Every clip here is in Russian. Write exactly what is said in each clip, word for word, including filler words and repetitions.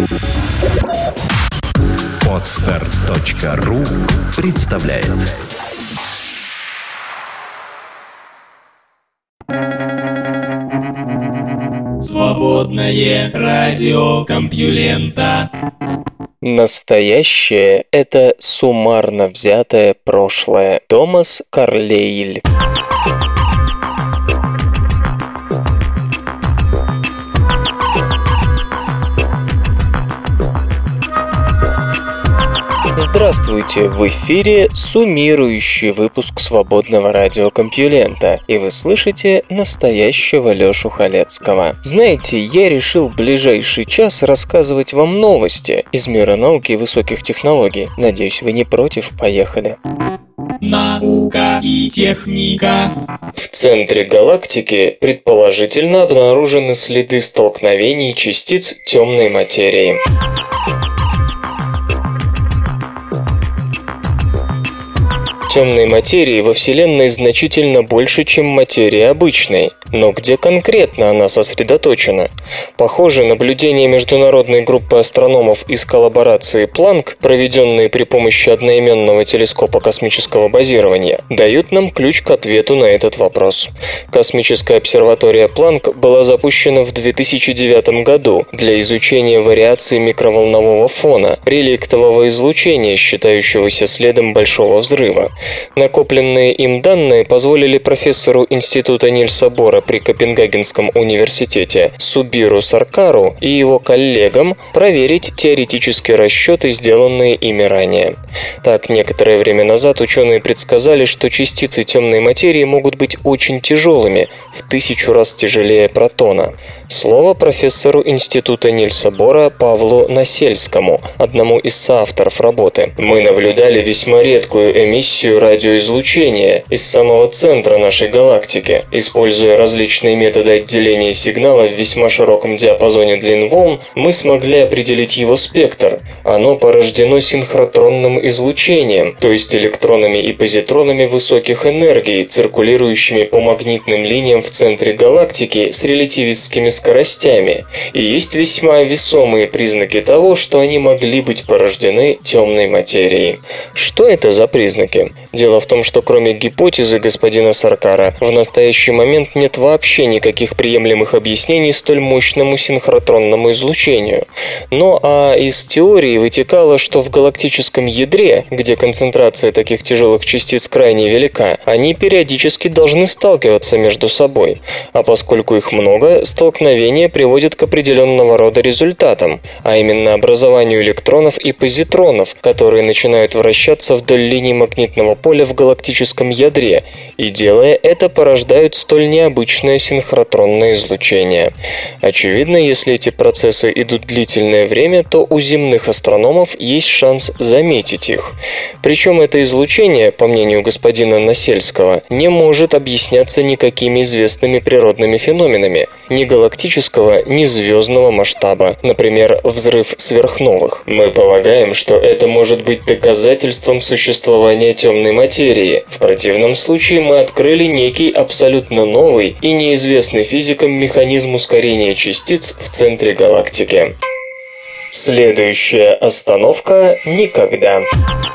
Подстер точка ру представляет. Свободное радио Компьюлента. Настоящее — это суммарно взятое прошлое. Томас Карлейль. Здравствуйте! В эфире суммирующий выпуск свободного радиокомпьюлента, и вы слышите настоящего Лёшу Халецкого. Знаете, я решил ближайший час рассказывать вам новости из мира науки и высоких технологий. Надеюсь, вы не против. Поехали. Наука и техника. В центре галактики предположительно обнаружены следы столкновений частиц темной материи. Темной материи во Вселенной значительно больше, чем материи обычной. Но где конкретно она сосредоточена? Похоже, наблюдения международной группы астрономов из коллаборации Планк, проведенные при помощи одноименного телескопа космического базирования, дают нам ключ к ответу на этот вопрос. Космическая обсерватория Планк была запущена в две тысячи девятом году для изучения вариаций микроволнового фона, реликтового излучения, считающегося следом Большого взрыва. Накопленные им данные позволили профессору Института Нильса Бора при Копенгагенском университете Субиру Саркару и его коллегам проверить теоретические расчеты, сделанные ими ранее. Так, некоторое время назад ученые предсказали, что частицы темной материи могут быть очень тяжелыми, в тысячу раз тяжелее протона. Слово профессору Института Нильса Бора Павлу Насельскому, одному из соавторов работы. «Мы наблюдали весьма редкую эмиссию радиоизлучения из самого центра нашей галактики. Используя различные методы отделения сигнала в весьма широком диапазоне длин волн, мы смогли определить его спектр. Оно порождено синхротронным излучением, то есть электронами и позитронами высоких энергий, циркулирующими по магнитным линиям в центре галактики с релятивистскими скоростями, и есть весьма весомые признаки того, что они могли быть порождены темной материей». Что это за признаки? Дело в том, что кроме гипотезы господина Саркара, в настоящий момент нет вообще никаких приемлемых объяснений столь мощному синхротронному излучению. Но а из теории вытекало, что в галактическом ядре, где концентрация таких тяжелых частиц крайне велика, они периодически должны сталкиваться между собой. А поскольку их много, столкновение приводит к определенного рода результатам, а именно образованию электронов и позитронов, которые начинают вращаться вдоль линий магнитного поля в галактическом ядре, и, делая это, порождают столь необычное синхротронное излучение. Очевидно, если эти процессы идут длительное время, то у земных астрономов есть шанс заметить их. Причем это излучение, по мнению господина Насельского, не может объясняться никакими известными природными феноменами, ни галактического, ни звездного масштаба, например, взрыв сверхновых. Мы полагаем, что это может быть доказательством существования темной материи. В противном случае мы открыли некий абсолютно новый и неизвестный физикам механизм ускорения частиц в центре галактики. Следующая остановка – никогда.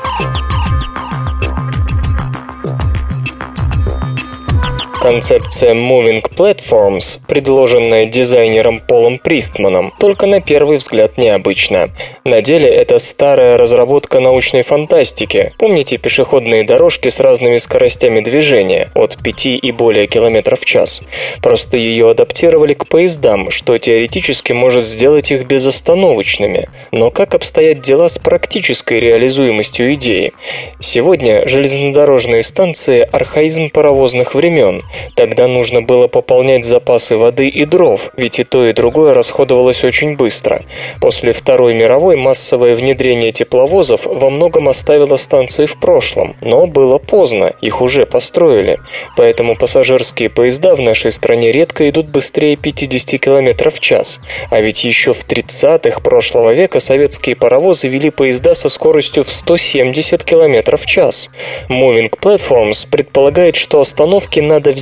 Концепция Moving Platforms, предложенная дизайнером Полом Пристманом, только на первый взгляд необычна. На деле это старая разработка научной фантастики. Помните пешеходные дорожки с разными скоростями движения, от пяти и более километров в час? Просто ее адаптировали к поездам, что теоретически может сделать их безостановочными. Но как обстоят дела с практической реализуемостью идеи? Сегодня железнодорожные станции – архаизм паровозных времен. Тогда нужно было пополнять запасы воды и дров, ведь и то, и другое расходовалось очень быстро. После Второй мировой массовое внедрение тепловозов во многом оставило станции в прошлом, но было поздно, их уже построили. Поэтому пассажирские поезда в нашей стране редко идут быстрее пятьдесят километров в час. А ведь еще в тридцатых прошлого века советские паровозы вели поезда со скоростью в сто семьдесят километров в час. Moving Platforms предполагает, что остановки надо взять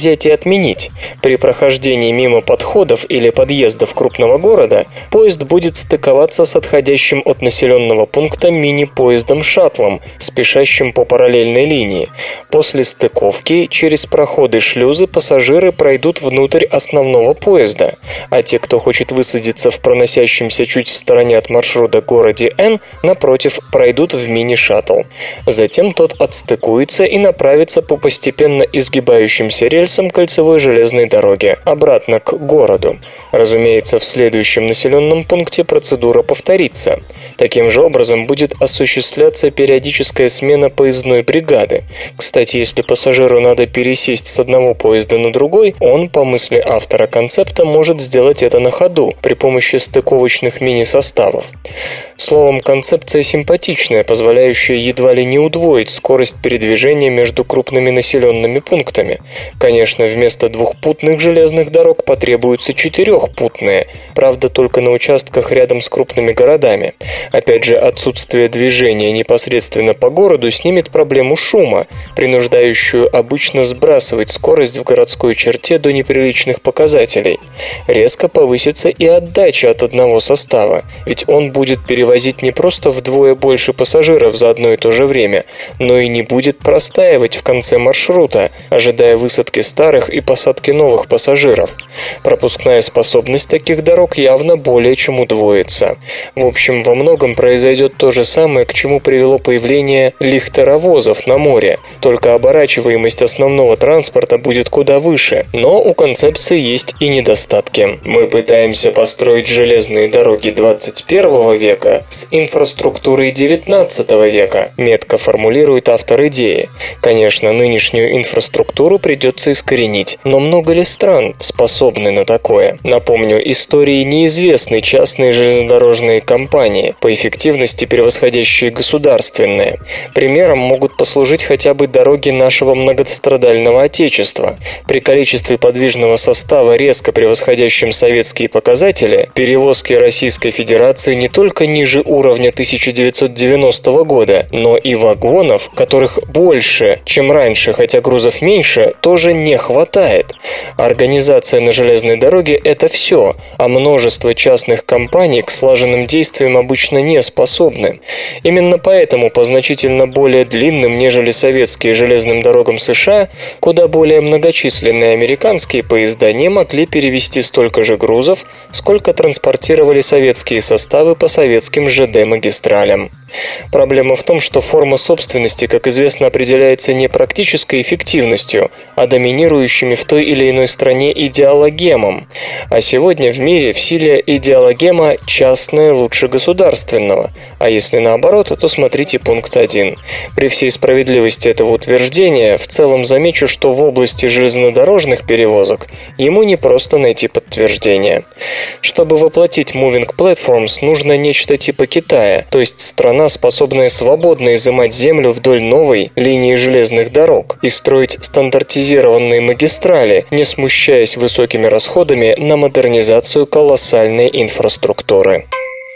взять и отменить. При прохождении мимо подходов или подъездов крупного города поезд будет стыковаться с отходящим от населенного пункта мини-поездом-шаттлом, спешащим по параллельной линии. После стыковки через проходы-шлюзы пассажиры пройдут внутрь основного поезда, а те, кто хочет высадиться в проносящемся чуть в стороне от маршрута городе N, напротив, пройдут в мини-шаттл. Затем тот отстыкуется и направится по постепенно изгибающимся рельсам кольцевой железной дороги обратно к городу. Разумеется, в следующем населенном пункте процедура повторится. Таким же образом будет осуществляться периодическая смена поездной бригады. Кстати, если пассажиру надо пересесть с одного поезда на другой, он, по мысли автора концепта, может сделать это на ходу при помощи стыковочных мини-составов. Словом, концепция симпатичная, позволяющая едва ли не удвоить скорость передвижения между крупными населенными пунктами. Конечно, вместо двухпутных железных дорог потребуются четырехпутные, правда, только на участках рядом с крупными городами. Опять же, отсутствие движения непосредственно по городу снимет проблему шума, принуждающую обычно сбрасывать скорость в городской черте до неприличных показателей. Резко повысится и отдача от одного состава, ведь он будет перевозить не просто вдвое больше пассажиров за одно и то же время, но и не будет простаивать в конце маршрута, ожидая высадки старых и посадки новых пассажиров. Пропускная способность таких дорог явно более чем удвоится. В общем, во многом произойдет то же самое, к чему привело появление лихтеровозов на море, только оборачиваемость основного транспорта будет куда выше, но у концепции есть и недостатки. Мы пытаемся построить железные дороги двадцать первого века с инфраструктурой девятнадцатого века, метко формулирует автор идеи. Конечно, нынешнюю инфраструктуру придется искоренить, но много ли стран способны на такое? Напомню, истории неизвестны частные железнодорожные компании, по эффективности превосходящие государственные. Примером могут послужить хотя бы дороги нашего многострадального Отечества. При количестве подвижного состава, резко превосходящем советские показатели, перевозки Российской Федерации не только ниже уровня тысяча девятьсот девяностого года, но и вагонов, которых больше, чем раньше, хотя грузов меньше, тоже не хватает. Организация на железной дороге – это все, а множество частных компаний к слаженным действиям обычно не способны. Именно поэтому по значительно более длинным, нежели советские железным дорогам США, куда более многочисленные американские поезда не могли перевезти столько же грузов, сколько транспортировали советские составы по советским ЖД-магистралям. Проблема в том, что форма собственности, как известно, определяется не практической эффективностью, а доминирующими в той или иной стране идеологемом. А сегодня в мире в силе идеологема «частное лучше государственного». А если наоборот, то смотрите пункт один. При всей справедливости этого утверждения в целом замечу, что в области железнодорожных перевозок ему не просто найти подтверждение. Чтобы воплотить Moving Platforms, нужно нечто типа Китая, то есть страна, способная свободно изымать землю вдоль новой линии железных дорог и строить стандартизированные магистрали, не смущаясь высокими расходами на модернизацию колоссальной инфраструктуры.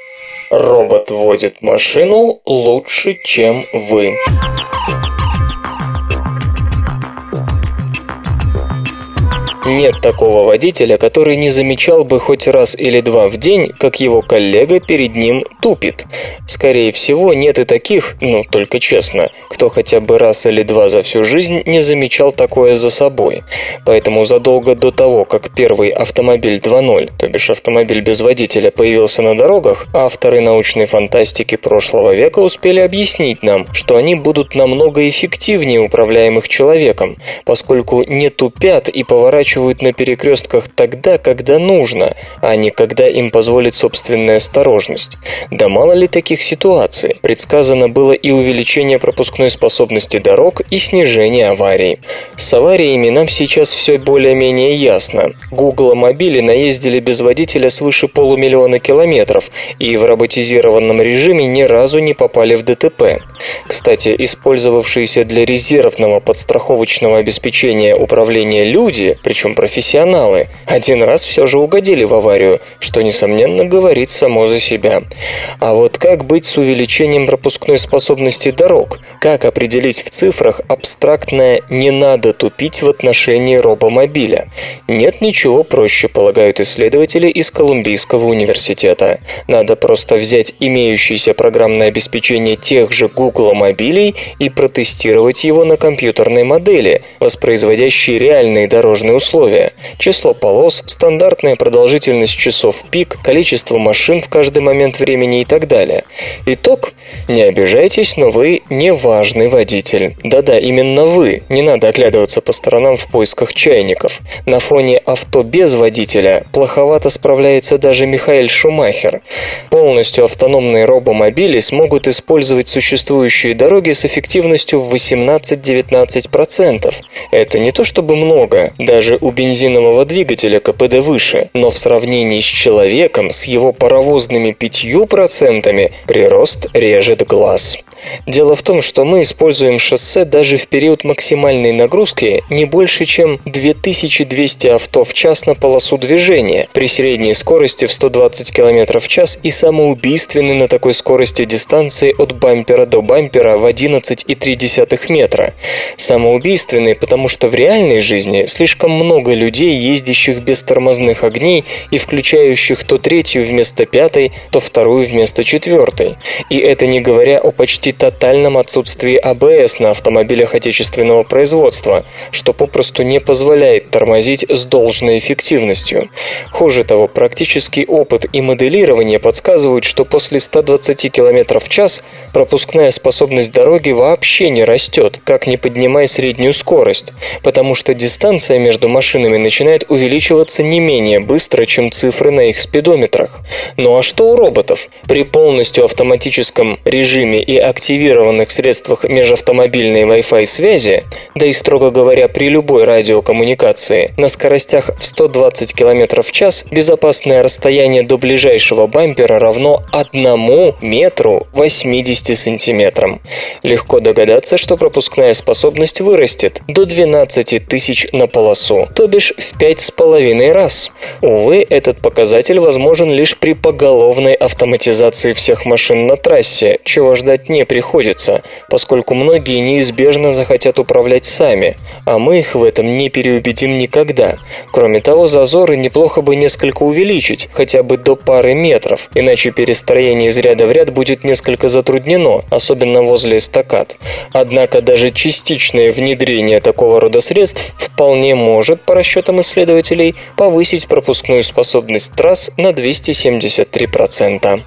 Робот водит машину лучше, чем вы. Нет такого водителя, который не замечал бы хоть раз или два в день, как его коллега перед ним тупит. Скорее всего, нет и таких, ну, только честно, кто хотя бы раз или два за всю жизнь не замечал такое за собой. Поэтому задолго до того, как первый автомобиль два ноль, то бишь автомобиль без водителя, появился на дорогах, авторы научной фантастики прошлого века успели объяснить нам, что они будут намного эффективнее управляемых человеком, поскольку не тупят и поворачивают на перекрестках тогда, когда нужно, а не когда им позволит собственная осторожность. Да мало ли таких ситуаций. Предсказано было и увеличение пропускной способности дорог, и снижение аварий. С авариями нам сейчас все более-менее ясно. Гугл-мобили наездили без водителя свыше полумиллиона километров и в роботизированном режиме ни разу не попали в ДТП. Кстати, использовавшиеся для резервного подстраховочного обеспечения управления люди, причем слишком профессионалы. Один раз все же угодили в аварию, что, несомненно, говорит само за себя. А вот как быть с увеличением пропускной способности дорог? Как определить в цифрах абстрактное «не надо тупить» в отношении робомобиля? Нет ничего проще, полагают исследователи из Колумбийского университета. Надо просто взять имеющееся программное обеспечение тех же Google мобилей и протестировать его на компьютерной модели, воспроизводящей реальные дорожные условия. Число полос, стандартная продолжительность часов пик, количество машин в каждый момент времени и так далее. Итог: не обижайтесь, но вы не важный водитель. Да-да, именно вы. Не надо оглядываться по сторонам в поисках чайников. На фоне авто без водителя плоховато справляется даже Михаэль Шумахер. Полностью автономные робомобили смогут использовать существующие дороги с эффективностью в восемнадцать-девятнадцать процентов. Это не то чтобы много, даже у бензинового двигателя ка пэ дэ выше, но в сравнении с человеком с его паровозными пятью процентами прирост режет глаз. Дело в том, что мы используем шоссе даже в период максимальной нагрузки не больше, чем две тысячи двести авто в час на полосу движения при средней скорости в сто двадцать километров в час и самоубийственной на такой скорости дистанции от бампера до бампера в одиннадцать целых три десятых метра. Самоубийственной, потому что в реальной жизни слишком много людей, ездящих без тормозных огней и включающих то третью вместо пятой, то вторую вместо четвертой. И это не говоря о почти тотальном отсутствии а бэ эс на автомобилях отечественного производства, что попросту не позволяет тормозить с должной эффективностью. Хуже того, практический опыт и моделирование подсказывают, что после ста двадцати километров в час пропускная способность дороги вообще не растет, как ни поднимая среднюю скорость, потому что дистанция между машинами начинает увеличиваться не менее быстро, чем цифры на их спидометрах. Ну а что у роботов? При полностью автоматическом режиме и активированных средствах межавтомобильной Wi-Fi связи, да и, строго говоря, при любой радиокоммуникации, на скоростях в сто двадцать километров в час безопасное расстояние до ближайшего бампера равно одному метру восьмидесяти сантиметрам. Легко догадаться, что пропускная способность вырастет до двенадцати тысяч на полосу, то бишь в пять с половиной раз. Увы, этот показатель возможен лишь при поголовной автоматизации всех машин на трассе, чего ждать не приходится, поскольку многие неизбежно захотят управлять сами, а мы их в этом не переубедим никогда. Кроме того, зазоры неплохо бы несколько увеличить, хотя бы до пары метров, иначе перестроение из ряда в ряд будет несколько затруднено, особенно возле эстакад. Однако даже частичное внедрение такого рода средств вполне может, по расчетам исследователей, повысить пропускную способность трасс на двести семьдесят три процента.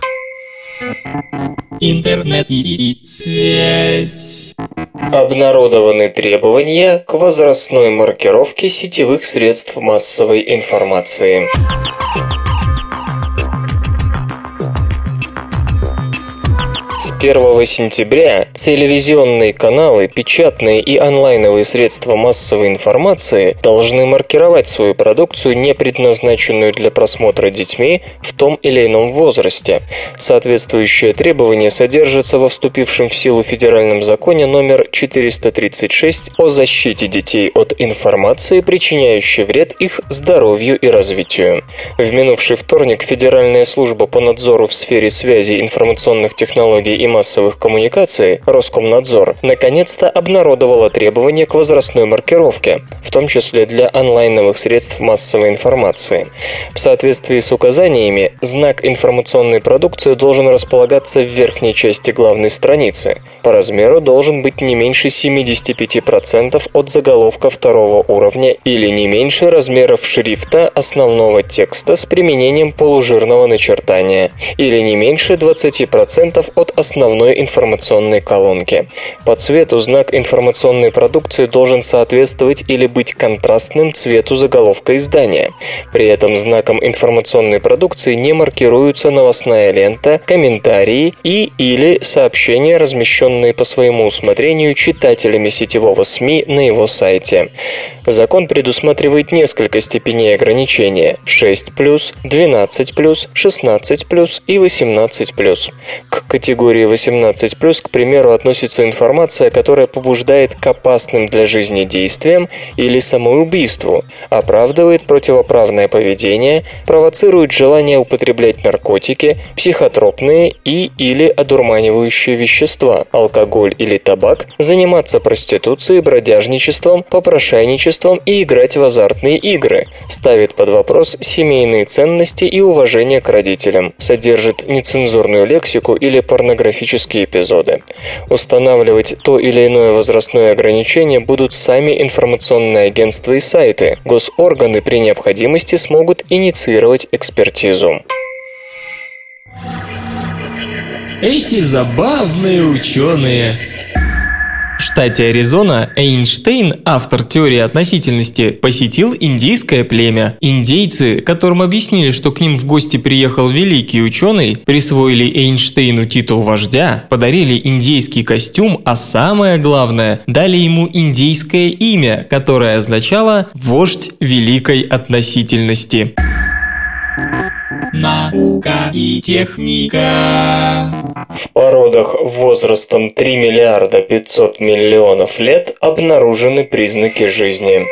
Интернет и связь. Обнародованы требования к возрастной маркировке сетевых средств массовой информации. С первого сентября телевизионные каналы, печатные и онлайновые средства массовой информации должны маркировать свою продукцию, не предназначенную для просмотра детьми в том или ином возрасте. Соответствующее требование содержится во вступившем в силу федеральном законе номер четыреста тридцать шесть о защите детей от информации, причиняющей вред их здоровью и развитию. В минувший вторник Федеральная служба по надзору в сфере связи, информационных технологий и массовых коммуникаций Роскомнадзор наконец-то обнародовала требования к возрастной маркировке, в том числе для онлайновых средств массовой информации. В соответствии с указаниями, знак информационной продукции должен располагаться в верхней части главной страницы. По размеру должен быть не меньше семьдесят пять процентов от заголовка второго уровня или не меньше размеров шрифта основного текста с применением полужирного начертания, или не меньше двадцать процентов от основного основной информационной колонки. По цвету знак информационной продукции должен соответствовать или быть контрастным цвету заголовка издания. При этом знаком информационной продукции не маркируются новостная лента, комментарии и или сообщения, размещенные по своему усмотрению читателями сетевого СМИ на его сайте. Закон предусматривает несколько степеней ограничения – шесть плюс, двенадцать плюс, шестнадцать плюс и восемнадцать плюс. К категории восемнадцать плюс, к примеру, относится информация, которая побуждает к опасным для жизни действиям или самоубийству, оправдывает противоправное поведение, провоцирует желание употреблять наркотики, психотропные и или одурманивающие вещества, алкоголь или табак, заниматься проституцией, бродяжничеством, попрошайничеством и играть в азартные игры, ставит под вопрос семейные ценности и уважение к родителям, содержит нецензурную лексику или порнографические эпизоды. Устанавливать то или иное возрастное ограничение будут сами информационные агентства и сайты. Госорганы при необходимости смогут инициировать экспертизу. Эти забавные ученые. В штате Аризона Эйнштейн, автор теории относительности, посетил индейское племя. Индейцы, которым объяснили, что к ним в гости приехал великий ученый, присвоили Эйнштейну титул вождя, подарили индейский костюм, а самое главное, дали ему индейское имя, которое означало «вождь великой относительности». Наука и техника. В породах возрастом три миллиарда пятьсот миллионов лет обнаружены признаки жизни.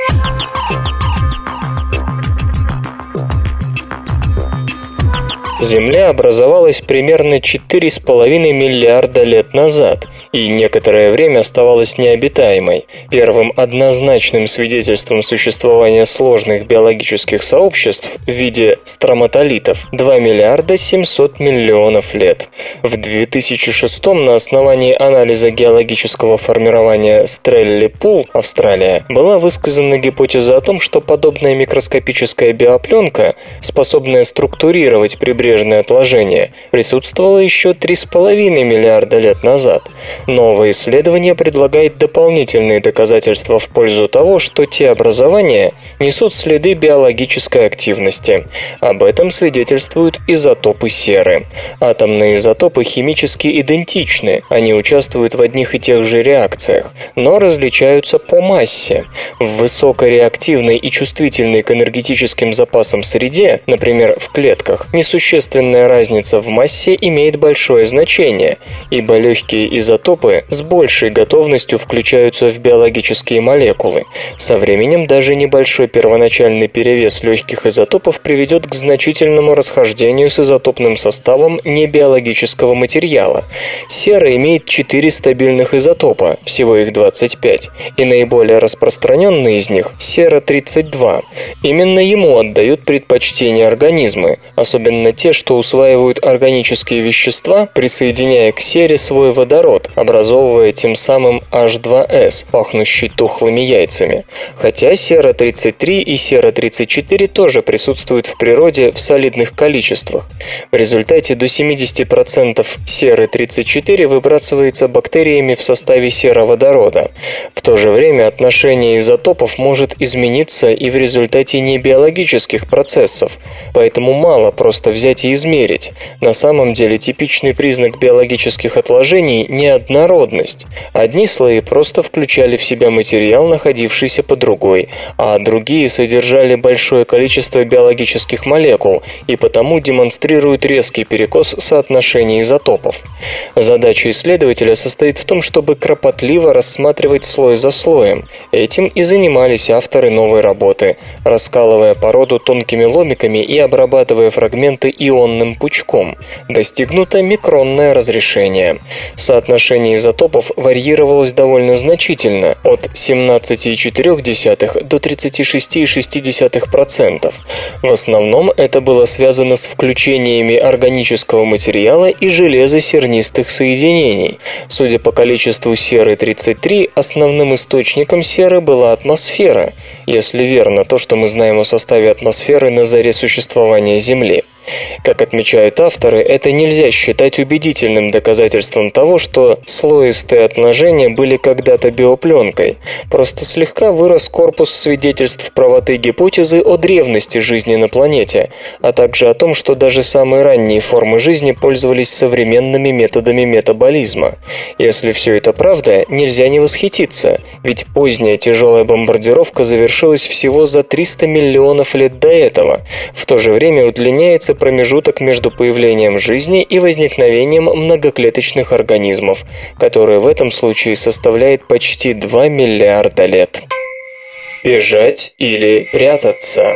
Земля образовалась примерно четыре с половиной миллиарда лет назад и некоторое время оставалась необитаемой. Первым однозначным свидетельством существования сложных биологических сообществ в виде строматолитов два миллиарда семьсот миллионов лет. В две тысячи шестом на основании анализа геологического формирования Стрелли-Пул, Австралия, была высказана гипотеза о том, что подобная микроскопическая биопленка, способная структурировать прибрежные отложения, присутствовало еще три с половиной миллиарда лет назад. Новое исследование предлагает дополнительные доказательства в пользу того, что те образования несут следы биологической активности. Об этом свидетельствуют изотопы серы. Атомные изотопы химически идентичны, они участвуют в одних и тех же реакциях, но различаются по массе. В высокореактивной и чувствительной к энергетическим запасам среде, например, в клетках, несущественно Существенная разница в массе имеет большое значение, ибо легкие изотопы с большей готовностью включаются в биологические молекулы. Со временем даже небольшой первоначальный перевес легких изотопов приведет к значительному расхождению с изотопным составом небиологического материала. Сера имеет четыре стабильных изотопа, всего их двадцать пять, и наиболее распространенный из них – сера тридцать два. Именно ему отдают предпочтение организмы, особенно те, что усваивают органические вещества, присоединяя к сере свой водород, образовывая тем самым эйч два эс, пахнущий тухлыми яйцами. Хотя сера тридцать три и сера тридцать четыре тоже присутствуют в природе в солидных количествах. В результате до семьдесят процентов серы тридцать четыре выбрасывается бактериями в составе сероводорода. В то же время отношение изотопов может измениться и в результате небиологических процессов, поэтому мало просто взять и измерить. На самом деле типичный признак биологических отложений – неоднородность. Одни слои просто включали в себя материал, находившийся под другой, а другие содержали большое количество биологических молекул и потому демонстрируют резкий перекос соотношения изотопов. Задача исследователя состоит в том, чтобы кропотливо рассматривать слой за слоем. Этим и занимались авторы новой работы, раскалывая породу тонкими ломиками и обрабатывая фрагменты ионным пучком. Достигнуто микронное разрешение. Соотношение изотопов варьировалось довольно значительно, от семнадцать целых четыре десятых до тридцать шесть целых шесть десятых процента. В основном это было связано с включениями органического материала и железосернистых соединений. Судя по количеству серы тридцать три, основным источником серы была атмосфера, если верно то, что мы знаем о составе атмосферы на заре существования Земли. Как отмечают авторы, это нельзя считать убедительным доказательством того, что слоистые отложения были когда-то биопленкой. Просто слегка вырос корпус свидетельств правоты гипотезы о древности жизни на планете, а также о том, что даже самые ранние формы жизни пользовались современными методами метаболизма. Если все это правда, нельзя не восхититься, ведь поздняя тяжелая бомбардировка завершилась всего за триста миллионов лет до этого. В то же время удлиняется выделяется промежуток между появлением жизни и возникновением многоклеточных организмов, который в этом случае составляет почти два миллиарда лет. Бежать или прятаться?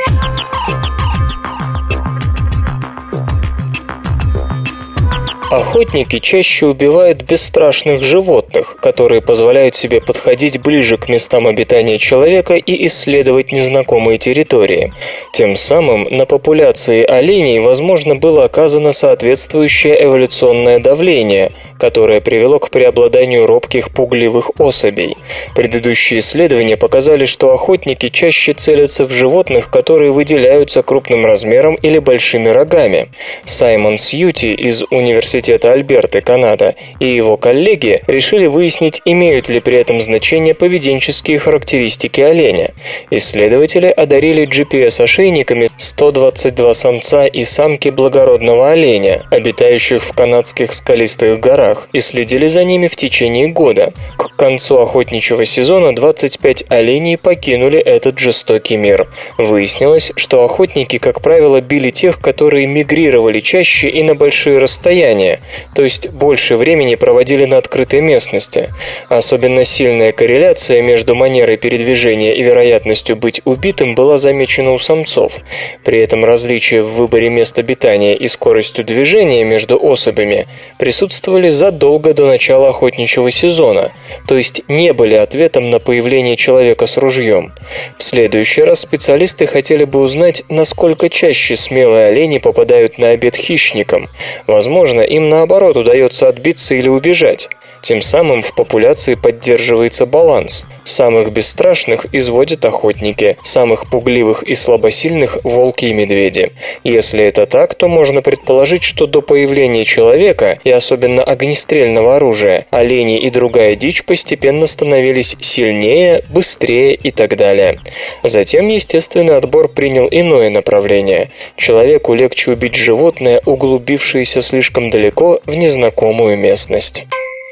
Охотники чаще убивают бесстрашных животных, которые позволяют себе подходить ближе к местам обитания человека и исследовать незнакомые территории. Тем самым на популяции оленей, возможно, было оказано соответствующее эволюционное давление, которое привело к преобладанию робких пугливых особей. Предыдущие исследования показали, что охотники чаще целятся в животных, которые выделяются крупным размером или большими рогами. Саймон Сьюти из университета Университета Альберты, Канада, и его коллеги решили выяснить, имеют ли при этом значение поведенческие характеристики оленя. Исследователи одарили джи пи эс-ошейниками сто двадцать два самца и самки благородного оленя, обитающих в канадских скалистых горах, и следили за ними в течение года. К концу охотничьего сезона двадцать пять оленей покинули этот жестокий мир. Выяснилось, что охотники, как правило, били тех, которые мигрировали чаще и на большие расстояния, то есть больше времени проводили на открытой местности. Особенно сильная корреляция между манерой передвижения и вероятностью быть убитым была замечена у самцов. При этом различия в выборе мест обитания и скоростью движения между особями присутствовали задолго до начала охотничьего сезона, то есть не были ответом на появление человека с ружьем. В следующий раз специалисты хотели бы узнать, насколько чаще смелые олени попадают на обед хищникам. Возможно, им наоборот удается отбиться или убежать. Тем самым в популяции поддерживается баланс. Самых бесстрашных изводят охотники, самых пугливых и слабосильных – волки и медведи. Если это так, то можно предположить, что до появления человека, и особенно огнестрельного оружия, олени и другая дичь постепенно становились сильнее, быстрее и так далее. Затем естественный отбор принял иное направление. Человеку легче убить животное, углубившееся слишком далеко в незнакомую местность.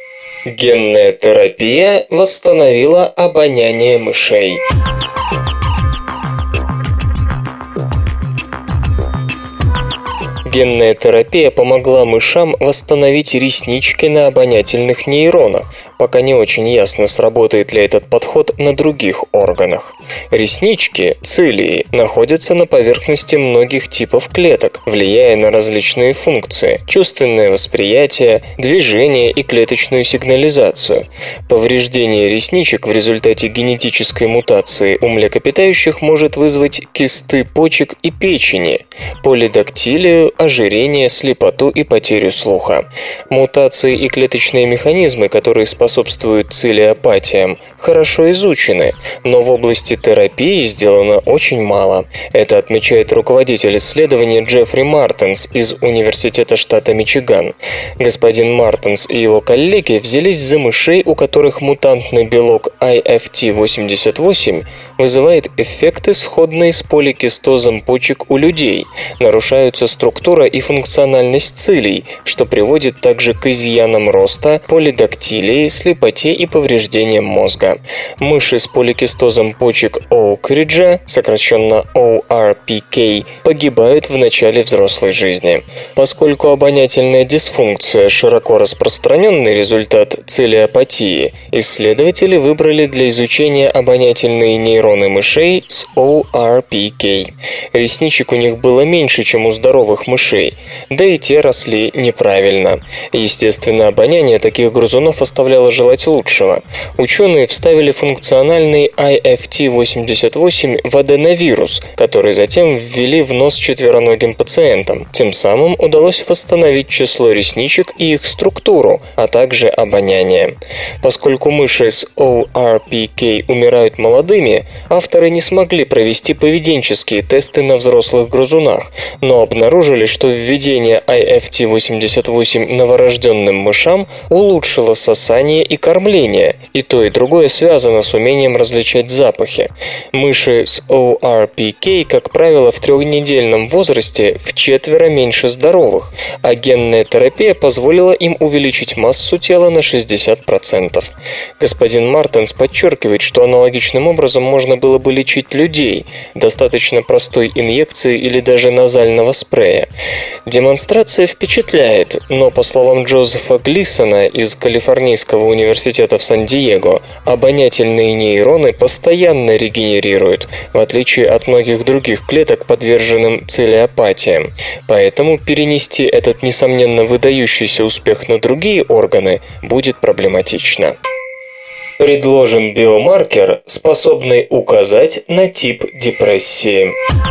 Генная терапия восстановила обоняние мышей. Генная терапия помогла мышам восстановить реснички на обонятельных нейронах. Пока не очень ясно, сработает ли этот подход на других органах. Реснички, цилии, находятся на поверхности многих типов клеток, влияя на различные функции – чувственное восприятие, движение и клеточную сигнализацию. Повреждение ресничек в результате генетической мутации у млекопитающих может вызвать кисты почек и печени, полидактилию, ожирение, слепоту и потерю слуха. Мутации и клеточные механизмы, которые способствуют цилиопатиям, хорошо изучены, но в области терапии сделано очень мало. Это отмечает руководитель исследования Джеффри Мартенс из Университета штата Мичиган. Господин Мартенс и его коллеги взялись за мышей, у которых мутантный белок ай эф ти восемьдесят восемь вызывает эффекты, сходные с поликистозом почек у людей. Нарушаются структура и функциональность цилий, что приводит также к изъянам роста, полидактилии, слепоте и повреждениям мозга. Мыши с поликистозом почек Оукриджа, сокращенно о ар пи кей, погибают в начале взрослой жизни. Поскольку обонятельная дисфункция – широко распространенный результат целиопатии, исследователи выбрали для изучения обонятельные нейроны мышей с о ар пи кей. Ресничек у них было меньше, чем у здоровых мышей, да и те росли неправильно. Естественно, обоняние таких грызунов оставляло желать лучшего. Ученые вставили функциональный ай эф ти восемьдесят восемь в аденовирус, который затем ввели в нос четвероногим пациентам. Тем самым удалось восстановить число ресничек и их структуру, а также обоняние. Поскольку мыши с о ар пи кей умирают молодыми, авторы не смогли провести поведенческие тесты на взрослых грызунах, но обнаружили, что введение ай эф ти восемьдесят восемь новорожденным мышам улучшило сосание питание и кормление, и то и другое связано с умением различать запахи. Мыши с о ар пи кей, как правило, в трехнедельном возрасте вчетверо меньше здоровых, а генная терапия позволила им увеличить массу тела на шестьдесят процентов. Господин Мартенс подчеркивает, что аналогичным образом можно было бы лечить людей, достаточно простой инъекции или даже назального спрея. Демонстрация впечатляет, но, по словам Джозефа Глисона из Калифорнийского университета в Сан-Диего, обонятельные нейроны постоянно регенерируют, в отличие от многих других клеток, подверженным целиопатиям. Поэтому перенести этот, несомненно, выдающийся успех на другие органы будет проблематично. Предложен биомаркер, способный указать на тип депрессии.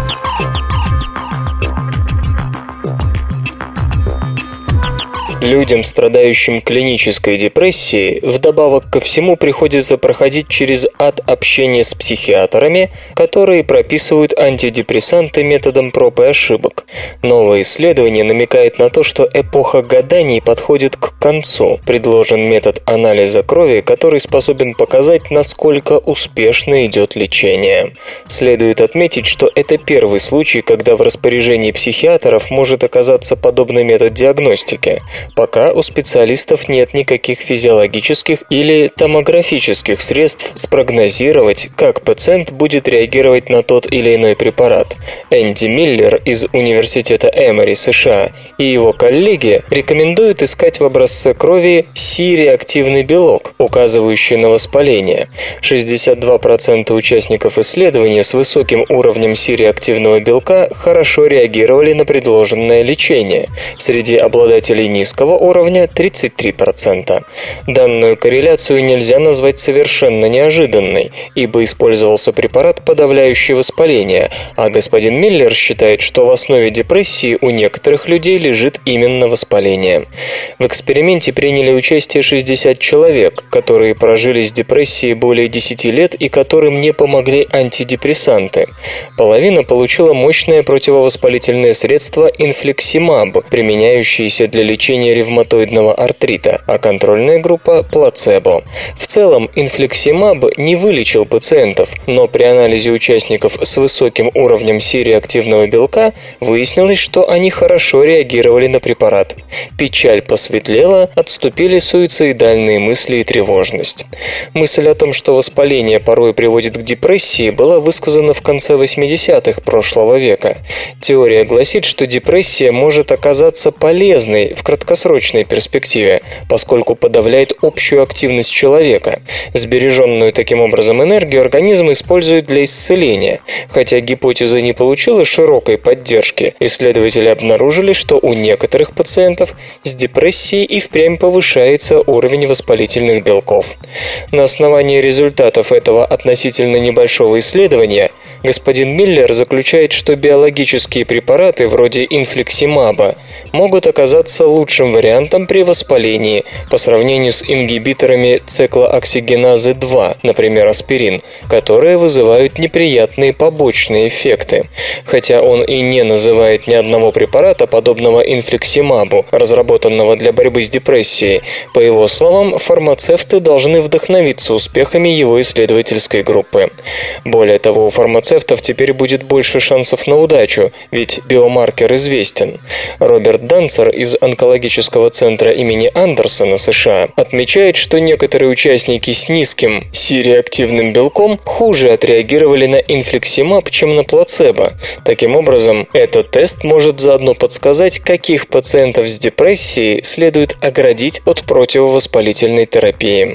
Людям, страдающим клинической депрессией, вдобавок ко всему приходится проходить через ад общения с психиатрами, которые прописывают антидепрессанты методом проб и ошибок. Новое исследование намекает на то, что эпоха гаданий подходит к концу. Предложен метод анализа крови, который способен показать, насколько успешно идет лечение. Следует отметить, что это первый случай, когда в распоряжении психиатров может оказаться подобный метод диагностики. Пока у специалистов нет никаких физиологических или томографических средств спрогнозировать, как пациент будет реагировать на тот или иной препарат. Энди Миллер из Университета Эмори, США, и его коллеги рекомендуют искать в образце крови Си-реактивный белок, указывающий на воспаление. шестьдесят два процента участников исследования с высоким уровнем Си-реактивного белка хорошо реагировали на предложенное лечение. Среди обладателей низкого уровня тридцать три процента. Данную корреляцию нельзя назвать совершенно неожиданной, ибо использовался препарат, подавляющий воспаление, а господин Миллер считает, что в основе депрессии у некоторых людей лежит именно воспаление. В эксперименте приняли участие шестьдесят человек, которые прожили с депрессией более десяти лет и которым не помогли антидепрессанты. Половина получила мощное противовоспалительное средство инфликсимаб, применяющееся для лечения ревматоидного артрита, а контрольная группа – плацебо. В целом, инфликсимаб не вылечил пациентов, но при анализе участников с высоким уровнем Си-реактивного белка выяснилось, что они хорошо реагировали на препарат. Печаль посветлела, отступили суицидальные мысли и тревожность. Мысль о том, что воспаление порой приводит к депрессии, была высказана в конце восьмидесятых прошлого века. Теория гласит, что депрессия может оказаться полезной в краткосрочной перспективе, поскольку подавляет общую активность человека. Сбереженную таким образом энергию организм использует для исцеления. Хотя гипотеза не получила широкой поддержки, исследователи обнаружили, что у некоторых пациентов с депрессией и впрямь повышается уровень воспалительных белков. На основании результатов этого относительно небольшого исследования господин Миллер заключает, что биологические препараты вроде инфликсимаба могут оказаться лучшим вариантом при воспалении по сравнению с ингибиторами циклооксигеназы два, например, аспирин, которые вызывают неприятные побочные эффекты. Хотя он и не называет ни одного препарата, подобного инфликсимабу, разработанного для борьбы с депрессией, по его словам, фармацевты должны вдохновиться успехами его исследовательской группы. Более того, у фармацевтов теперь будет больше шансов на удачу, ведь биомаркер известен. Роберт Данцер из онкологического центра имени Андерсона, США, отмечает, что некоторые участники с низким Си-реактивным белком хуже отреагировали на инфликсимаб, чем на плацебо. Таким образом, этот тест может заодно подсказать, каких пациентов с депрессией следует оградить от противовоспалительной терапии.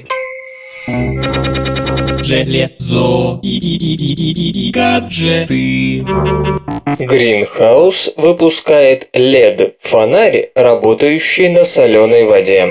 Железо и, и, и, и, и гаджеты. Greenhouse выпускает эл и ди-фонарь, работающий на соленой воде.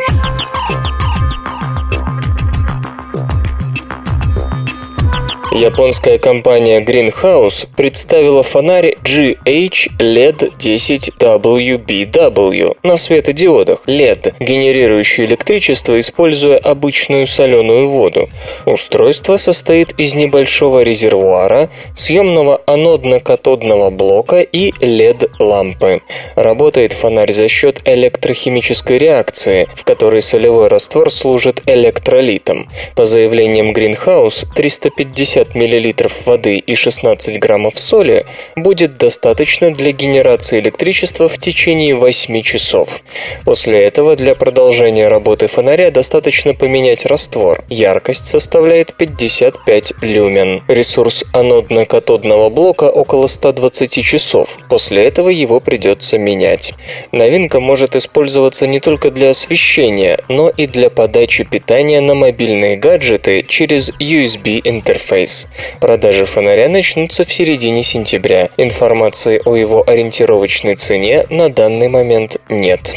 Японская компания Greenhouse представила представила фонарь джи эйч эл и ди десять дабл ю би дабл ю на светодиодах эл и ди, генерирующий электричество, используя обычную соленую воду. Устройство состоит из небольшого резервуара, съемного анодно-катодного блока и эл и ди-лампы. Работает фонарь за счет электрохимической реакции, в которой солевой раствор служит электролитом. По заявлениям Greenhouse, триста пятьдесят миллилитров воды и шестнадцать граммов соли будет достаточно для генерации электричества в течение восьми часов. После этого для продолжения работы фонаря достаточно поменять раствор. Яркость составляет пятьдесят пять люмен. Ресурс анодно-катодного блока около ста двадцати часов. После этого его придется менять. Новинка может использоваться не только для освещения, но и для подачи питания на мобильные гаджеты через ю эс би-интерфейс. Продажи фонаря начнутся в середине сентября. Информации о его ориентировочной цене на данный момент нет.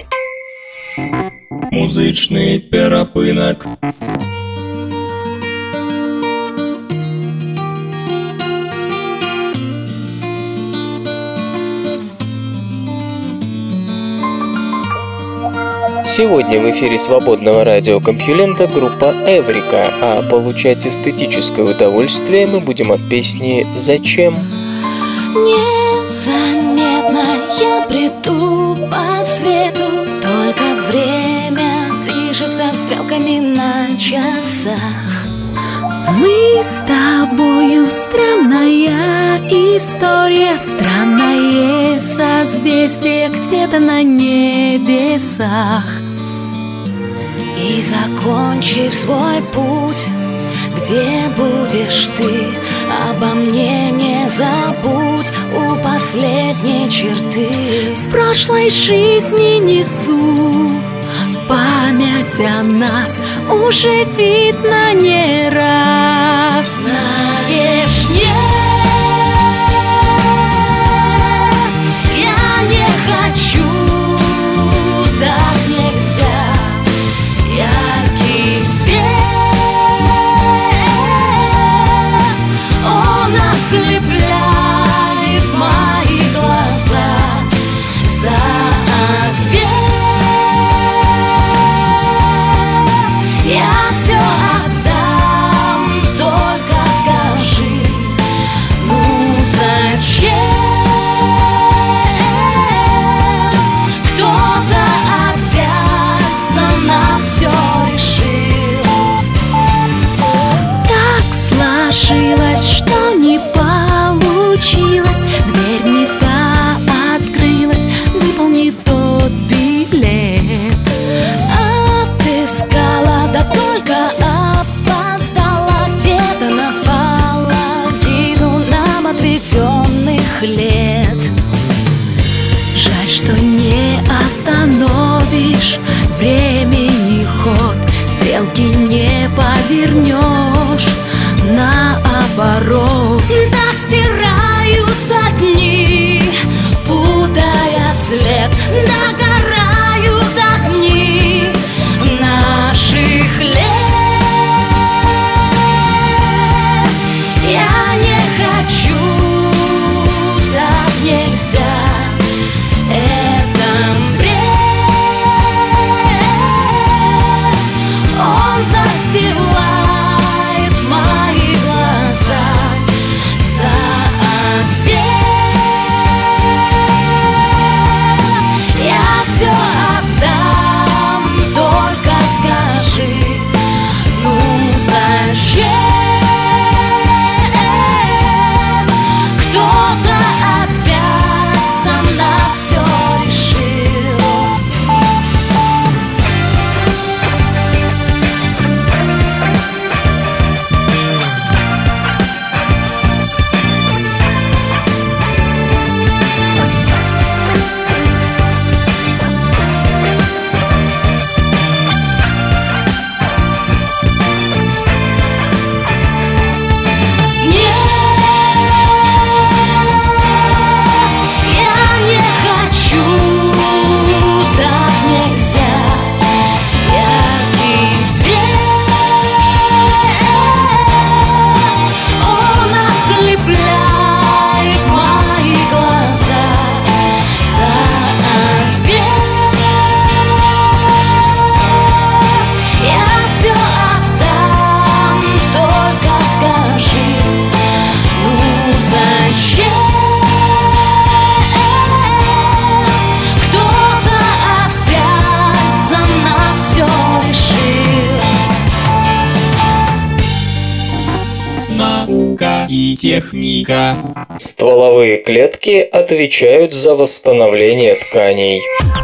Музычный перапынок. Сегодня в эфире свободного радиокомпьюлента группа Эврика, а получать эстетическое удовольствие мы будем от песни «Зачем?». Незаметно я бреду по свету, только время движется стрелками на часах. Мы с тобою странная история, странное созвездие где-то на небесах. И закончив свой путь, где будешь ты, обо мне не забудь у последней черты. С прошлой жизни несу память о нас, уже видно не раз. Знаешь, нет, я не хочу, так нельзя. Яркий свет, он ослепляет мои глаза. За ответ я все отдам, только скажи, ну зачем? Кто-то опять за нас все решил. Так сложилось, что не получилось, дверь не та открылась, выполни тот билет. Отыскала, да только опоздала, где-то на половину нам отведенных лет. Жаль, что не остановишь времени ход, стрелки не повернешь наоборот. наука и техника. Стволовые клетки отвечают за восстановление тканей.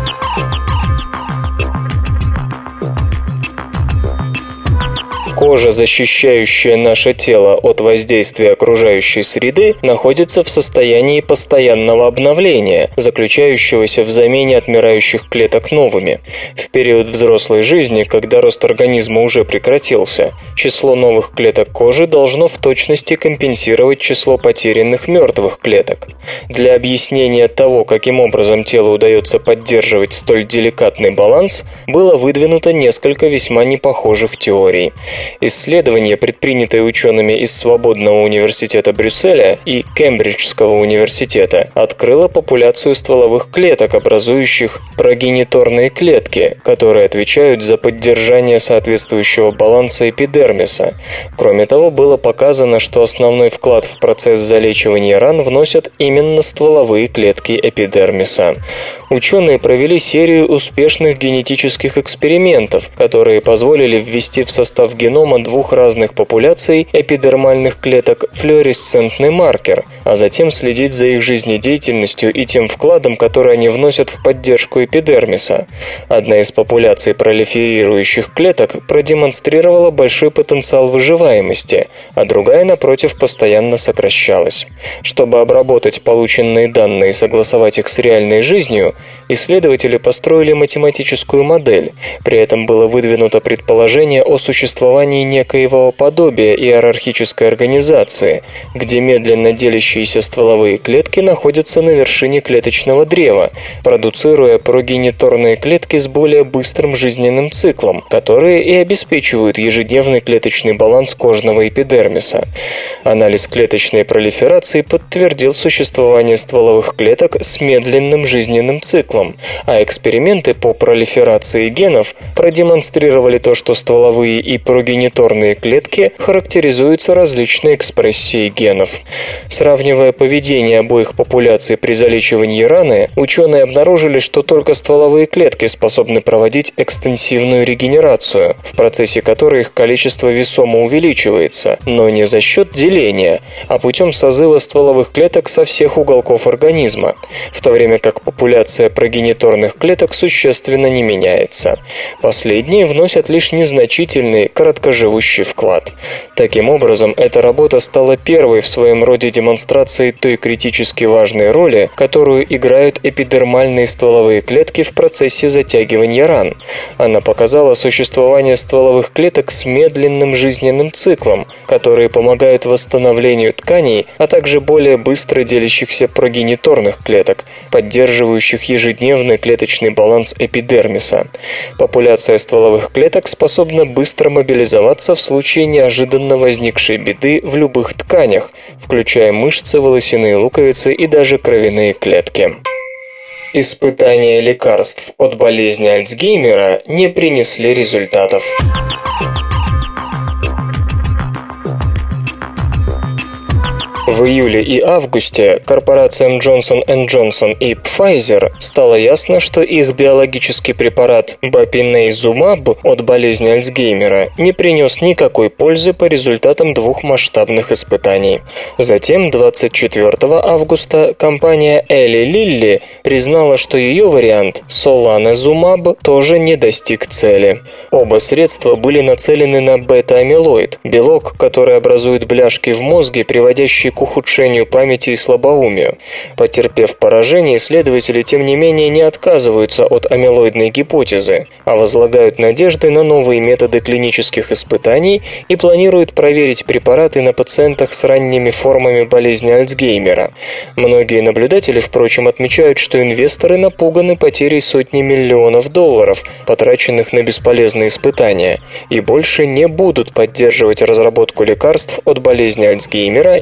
Кожа, защищающая наше тело от воздействия окружающей среды, находится в состоянии постоянного обновления, заключающегося в замене отмирающих клеток новыми. В период взрослой жизни, когда рост организма уже прекратился, число новых клеток кожи должно в точности компенсировать число потерянных мертвых клеток. Для объяснения того, каким образом телу удается поддерживать столь деликатный баланс, было выдвинуто несколько весьма непохожих теорий. Исследование, предпринятое учеными из Свободного университета Брюсселя и Кембриджского университета, открыло популяцию стволовых клеток, образующих прогениторные клетки, которые отвечают за поддержание соответствующего баланса эпидермиса. Кроме того, было показано, что основной вклад в процесс залечивания ран вносят именно стволовые клетки эпидермиса. Ученые провели серию успешных генетических экспериментов, которые позволили ввести в состав генома двух разных популяций эпидермальных клеток флуоресцентный маркер, а затем следить за их жизнедеятельностью и тем вкладом, который они вносят в поддержку эпидермиса. Одна из популяций пролиферирующих клеток продемонстрировала большой потенциал выживаемости, а другая, напротив, постоянно сокращалась. Чтобы обработать полученные данные и согласовать их с реальной жизнью, исследователи построили математическую модель. При этом было выдвинуто предположение о существовании некоего подобия иерархической организации, где медленно делящиеся стволовые клетки находятся на вершине клеточного древа, продуцируя прогениторные клетки с более быстрым жизненным циклом, которые и обеспечивают ежедневный клеточный баланс кожного эпидермиса. Анализ клеточной пролиферации подтвердил существование стволовых клеток с медленным жизненным циклом, а эксперименты по пролиферации генов продемонстрировали то, что стволовые и прогениторные клетки характеризуются различной экспрессией генов. Сравнивая поведение обоих популяций при залечивании раны, ученые обнаружили, что только стволовые клетки способны проводить экстенсивную регенерацию, в процессе которой их количество весомо увеличивается, но не за счет деления, а путем созыва стволовых клеток со всех уголков организма, в то время как популяция прогениторных клеток существенно не меняется. Последние вносят лишь незначительный, короткоживущий вклад. Таким образом, эта работа стала первой в своем роде демонстрацией той критически важной роли, которую играют эпидермальные стволовые клетки в процессе затягивания ран. Она показала существование стволовых клеток с медленным жизненным циклом, которые помогают восстановлению тканей, а также более быстро делящихся прогениторных клеток, поддерживающих ежедневный клеточный баланс эпидермиса. Популяция стволовых клеток способна быстро мобилизоваться в случае неожиданно возникшей беды в любых тканях, включая мышцы, волосяные луковицы и даже кровяные клетки. Испытания лекарств от болезни Альцгеймера не принесли результатов. В июле и августе корпорациям Johnson энд Johnson и Pfizer стало ясно, что их биологический препарат Бапинейзумаб от болезни Альцгеймера не принес никакой пользы по результатам двух масштабных испытаний. Затем, двадцать четвёртого августа, компания Eli Lilly признала, что ее вариант Solanezumab тоже не достиг цели. Оба средства были нацелены на бета-амилоид, белок, который образует бляшки в мозге, приводящие к ухудшению памяти и слабоумию. Потерпев поражение, исследователи, тем не менее, не отказываются от амилоидной гипотезы, а возлагают надежды на новые методы клинических испытаний и планируют проверить препараты на пациентах с ранними формами болезни Альцгеймера. Многие наблюдатели, впрочем, отмечают, что инвесторы напуганы потерей сотни миллионов долларов, потраченных на бесполезные испытания, и больше не будут поддерживать разработку лекарств от болезни Альцгеймера и других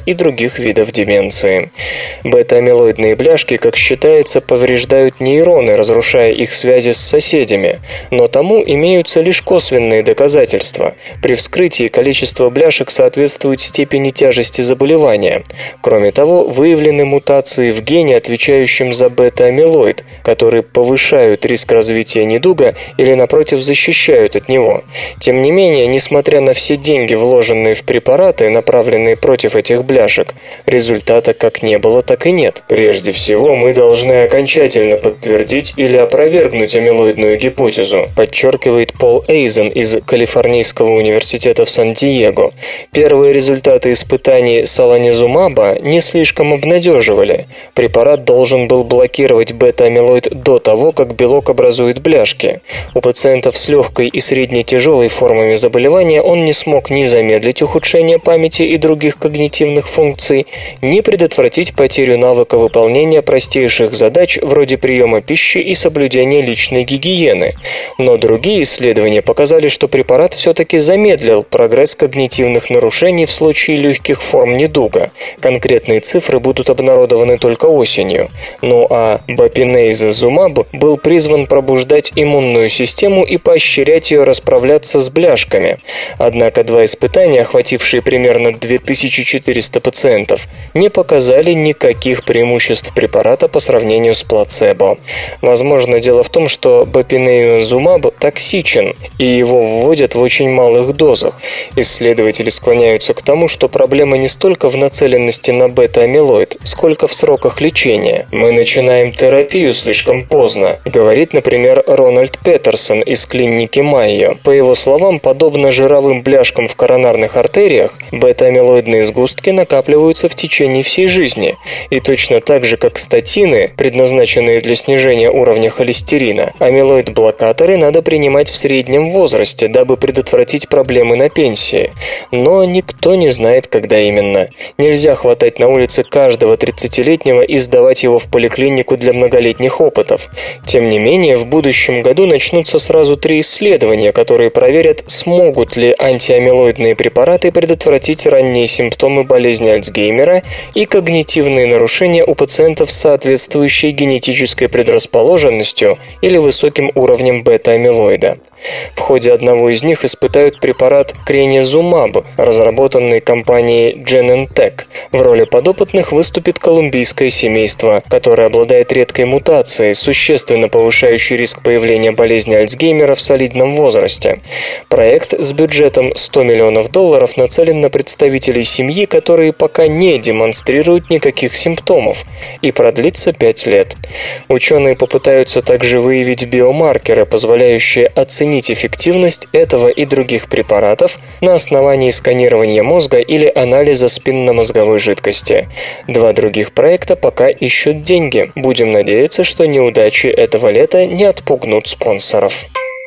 других видов деменции. Бета-амилоидные бляшки, как считается, повреждают нейроны, разрушая их связи с соседями, но тому имеются лишь косвенные доказательства. При вскрытии количество бляшек соответствует степени тяжести заболевания. Кроме того, выявлены мутации в гене, отвечающем за бета-амилоид, которые повышают риск развития недуга или, напротив, защищают от него. Тем не менее, несмотря на все деньги, вложенные в препараты, направленные против этих бляшек, результата как не было, так и нет. Прежде всего, мы должны окончательно подтвердить или опровергнуть амилоидную гипотезу, подчеркивает Пол Эйзен из Калифорнийского университета в Сан-Диего. Первые результаты испытаний саланизумаба не слишком обнадеживали. Препарат должен был блокировать бета-амилоид до того, как белок образует бляшки. У пациентов с легкой и средне-тяжелой формами заболевания он не смог ни замедлить ухудшение памяти и других когнитивных функций, ни предотвратить потерю навыка выполнения простейших задач вроде приема пищи и соблюдения личной гигиены. Но другие исследования показали, что препарат все-таки замедлил прогресс когнитивных нарушений в случае легких форм недуга. Конкретные цифры будут обнародованы только осенью. Ну а бапинейзазумаб был призван пробуждать иммунную систему и поощрять ее расправляться с бляшками. Однако два испытания, охватившие примерно две тысячи четыреста пациентов, не показали никаких преимуществ препарата по сравнению с плацебо. Возможно, дело в том, что бапинейзазумаб токсичен, и его вводят в очень малых дозах. Исследователи склоняются к тому, что проблема не столько в нацеленности на бета-амилоид, сколько в сроках лечения. «Мы начинаем терапию слишком поздно», говорит, например, Рональд Петерсон из клиники Майо. По его словам, подобно жировым бляшкам в коронарных артериях, бета-амилоидные сгустки накапливаются в течение всей жизни. И точно так же, как статины, предназначенные для снижения уровня холестерина, амилоид-блокаторы надо принимать в среднем возрасте, дабы предотвратить проблемы на пенсии. Но никто не знает, когда именно. Нельзя хватать на улице каждого тридцатилетнего и сдавать его в поликлинику для многолетних опытов. Тем не менее, в будущем году начнутся сразу три исследования, которые проверят, смогут ли антиамилоидные препараты предотвратить ранние симптомы болезни Альцгеймера и когнитивные нарушения у пациентов с соответствующей генетической предрасположенностью или высоким уровнем бета-амилоида. В ходе одного из них испытают препарат кренизумаб, разработанный компанией Genentech. В роли подопытных выступит колумбийское семейство, которое обладает редкой мутацией, существенно повышающей риск появления болезни Альцгеймера в солидном возрасте. Проект с бюджетом сто миллионов долларов нацелен на представителей семьи, которые пока не демонстрируют никаких симптомов, и продлится пять лет. Ученые попытаются также выявить биомаркеры, позволяющие оценить эффективность этого и других препаратов на основании сканирования мозга или анализа спинномозговой жидкости. Два других проекта пока ищут деньги. Будем надеяться, что неудачи этого лета не отпугнут спонсоров.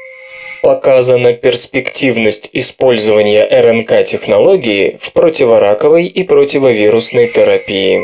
Показана перспективность использования эр эн ка-технологии в противораковой и противовирусной терапии.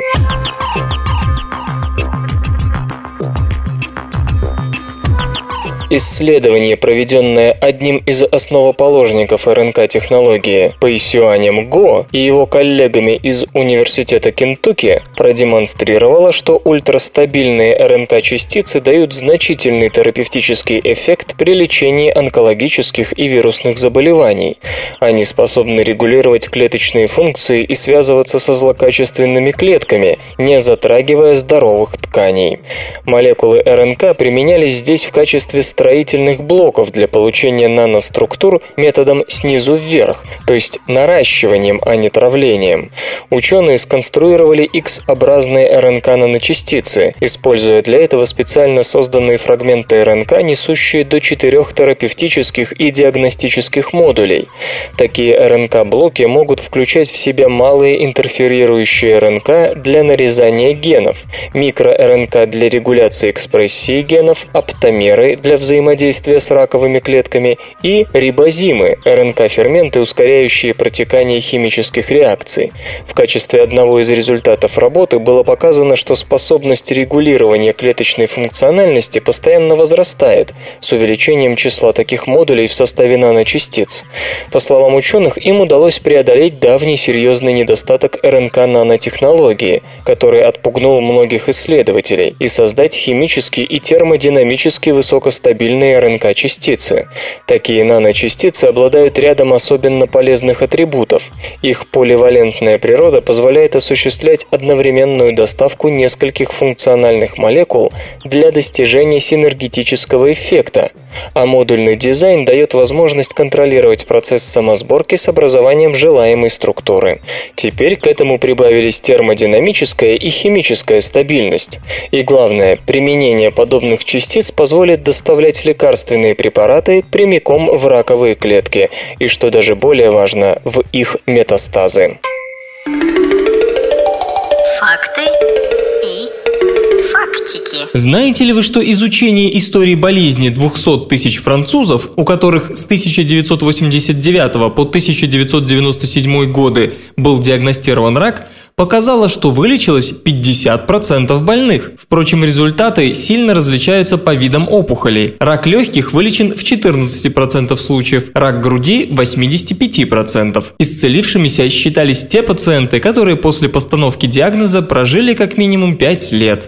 Исследование, проведенное одним из основоположников эр эн ка-технологии Пэйсюанем Го и его коллегами из Университета Кентукки, продемонстрировало, что ультрастабильные эр эн ка-частицы дают значительный терапевтический эффект при лечении онкологических и вирусных заболеваний. Они способны регулировать клеточные функции и связываться со злокачественными клетками, не затрагивая здоровых тканей. Молекулы эр эн ка применялись здесь в качестве строительных блоков для получения наноструктур методом снизу вверх, то есть наращиванием, а не травлением. Ученые сконструировали X-образные эр эн ка-наночастицы, используя для этого специально созданные фрагменты эр эн ка, несущие до четырех терапевтических и диагностических модулей. Такие эр эн ка-блоки могут включать в себя малые интерферирующие эр эн ка для нарезания генов, микро-эр эн ка для регуляции экспрессии генов, оптомеры для взаимодействия взаимодействия с раковыми клетками, и рибозимы – эр эн ка-ферменты, ускоряющие протекание химических реакций. В качестве одного из результатов работы было показано, что способность регулирования клеточной функциональности постоянно возрастает с увеличением числа таких модулей в составе наночастиц. По словам ученых, им удалось преодолеть давний серьезный недостаток эр эн ка-нанотехнологии, который отпугнул многих исследователей, и создать химически и термодинамически высокостабильные эр эн ка-частицы. Такие наночастицы обладают рядом особенно полезных атрибутов. Их поливалентная природа позволяет осуществлять одновременную доставку нескольких функциональных молекул для достижения синергетического эффекта, а модульный дизайн дает возможность контролировать процесс самосборки с образованием желаемой структуры. Теперь к этому прибавились термодинамическая и химическая стабильность. И главное, применение подобных частиц позволит доставлять лекарственные препараты прямиком в раковые клетки и, что даже более важно, в их метастазы. Факты и фактики. Знаете ли вы, что изучение истории болезни двухсот тысяч французов, у которых с тысяча девятьсот восемьдесят девятого по тысяча девятьсот девяносто седьмой годы был диагностирован рак, показало, что вылечилось пятьдесят процентов больных. Впрочем, результаты сильно различаются по видам опухолей. Рак легких вылечен в четырнадцати процентах случаев, рак груди – в восьмидесяти пяти процентах. Исцелившимися считались те пациенты, которые после постановки диагноза прожили как минимум пять лет.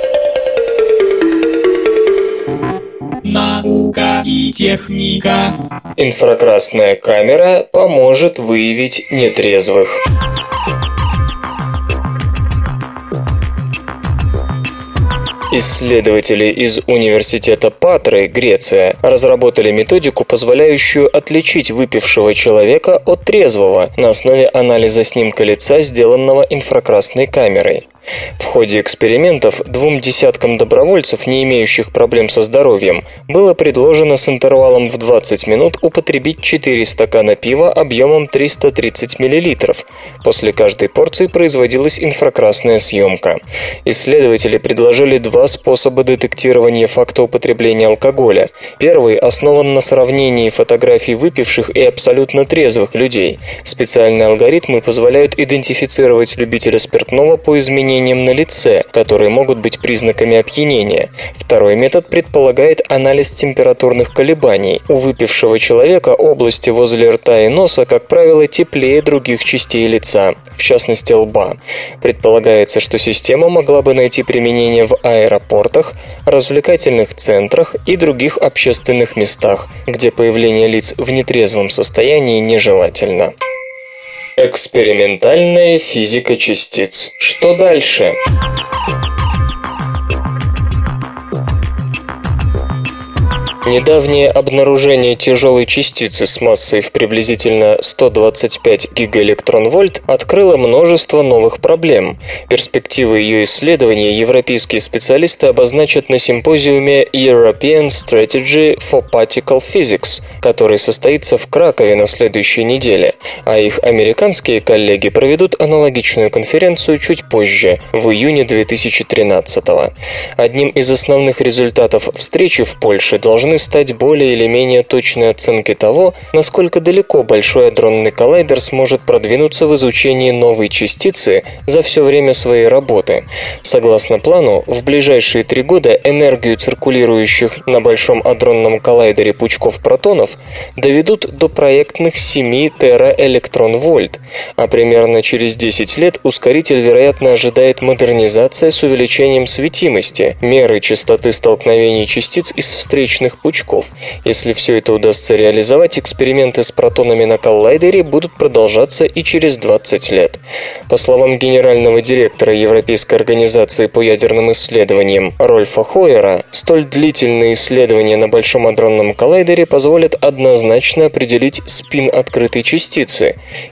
Наука и техника. Инфракрасная камера поможет выявить нетрезвых. Исследователи из университета Патры, Греция, разработали методику, позволяющую отличить выпившего человека от трезвого на основе анализа снимка лица, сделанного инфракрасной камерой. В ходе экспериментов двум десяткам добровольцев, не имеющих проблем со здоровьем, было предложено с интервалом в двадцать минут употребить четыре стакана пива объемом триста тридцать миллилитров. После каждой порции производилась инфракрасная съемка. Исследователи предложили два способа детектирования факта употребления алкоголя. Первый основан на сравнении фотографий выпивших и абсолютно трезвых людей. Специальные алгоритмы позволяют идентифицировать любителя спиртного по изменениям на лице, которые могут быть признаками опьянения. Второй метод предполагает анализ температурных колебаний. У выпившего человека области возле рта и носа, как правило, теплее других частей лица, в частности лба. Предполагается, что система могла бы найти применение в аэропортах, развлекательных центрах и других общественных местах, где появление лиц в нетрезвом состоянии нежелательно. Экспериментальная физика частиц. Что дальше? Недавнее обнаружение тяжелой частицы с массой в приблизительно сто двадцать пять гигаэлектронвольт открыло множество новых проблем. Перспективы ее исследования европейские специалисты обозначат на симпозиуме European Strategy for Particle Physics, который состоится в Кракове на следующей неделе, а их американские коллеги проведут аналогичную конференцию чуть позже, в июне две тысячи тринадцатого. Одним из основных результатов встречи в Польше должны стать более или менее точные оценки того, насколько далеко Большой адронный коллайдер сможет продвинуться в изучении новой частицы за все время своей работы. Согласно плану, в ближайшие три года энергию циркулирующих на Большом адронном коллайдере пучков протонов доведут до проектных семи тераэлектронвольт, а примерно через десять лет ускоритель, вероятно, ожидает модернизация с увеличением светимости, меры частоты столкновений частиц из встречных пучков. Если все это удастся реализовать, эксперименты с протонами на коллайдере будут продолжаться и через двадцать лет. По словам генерального директора Европейской организации по ядерным исследованиям Рольфа Хойера, столь длительные исследования на Большом адронном коллайдере позволят однозначно определить спин открытой частицы и выяснить,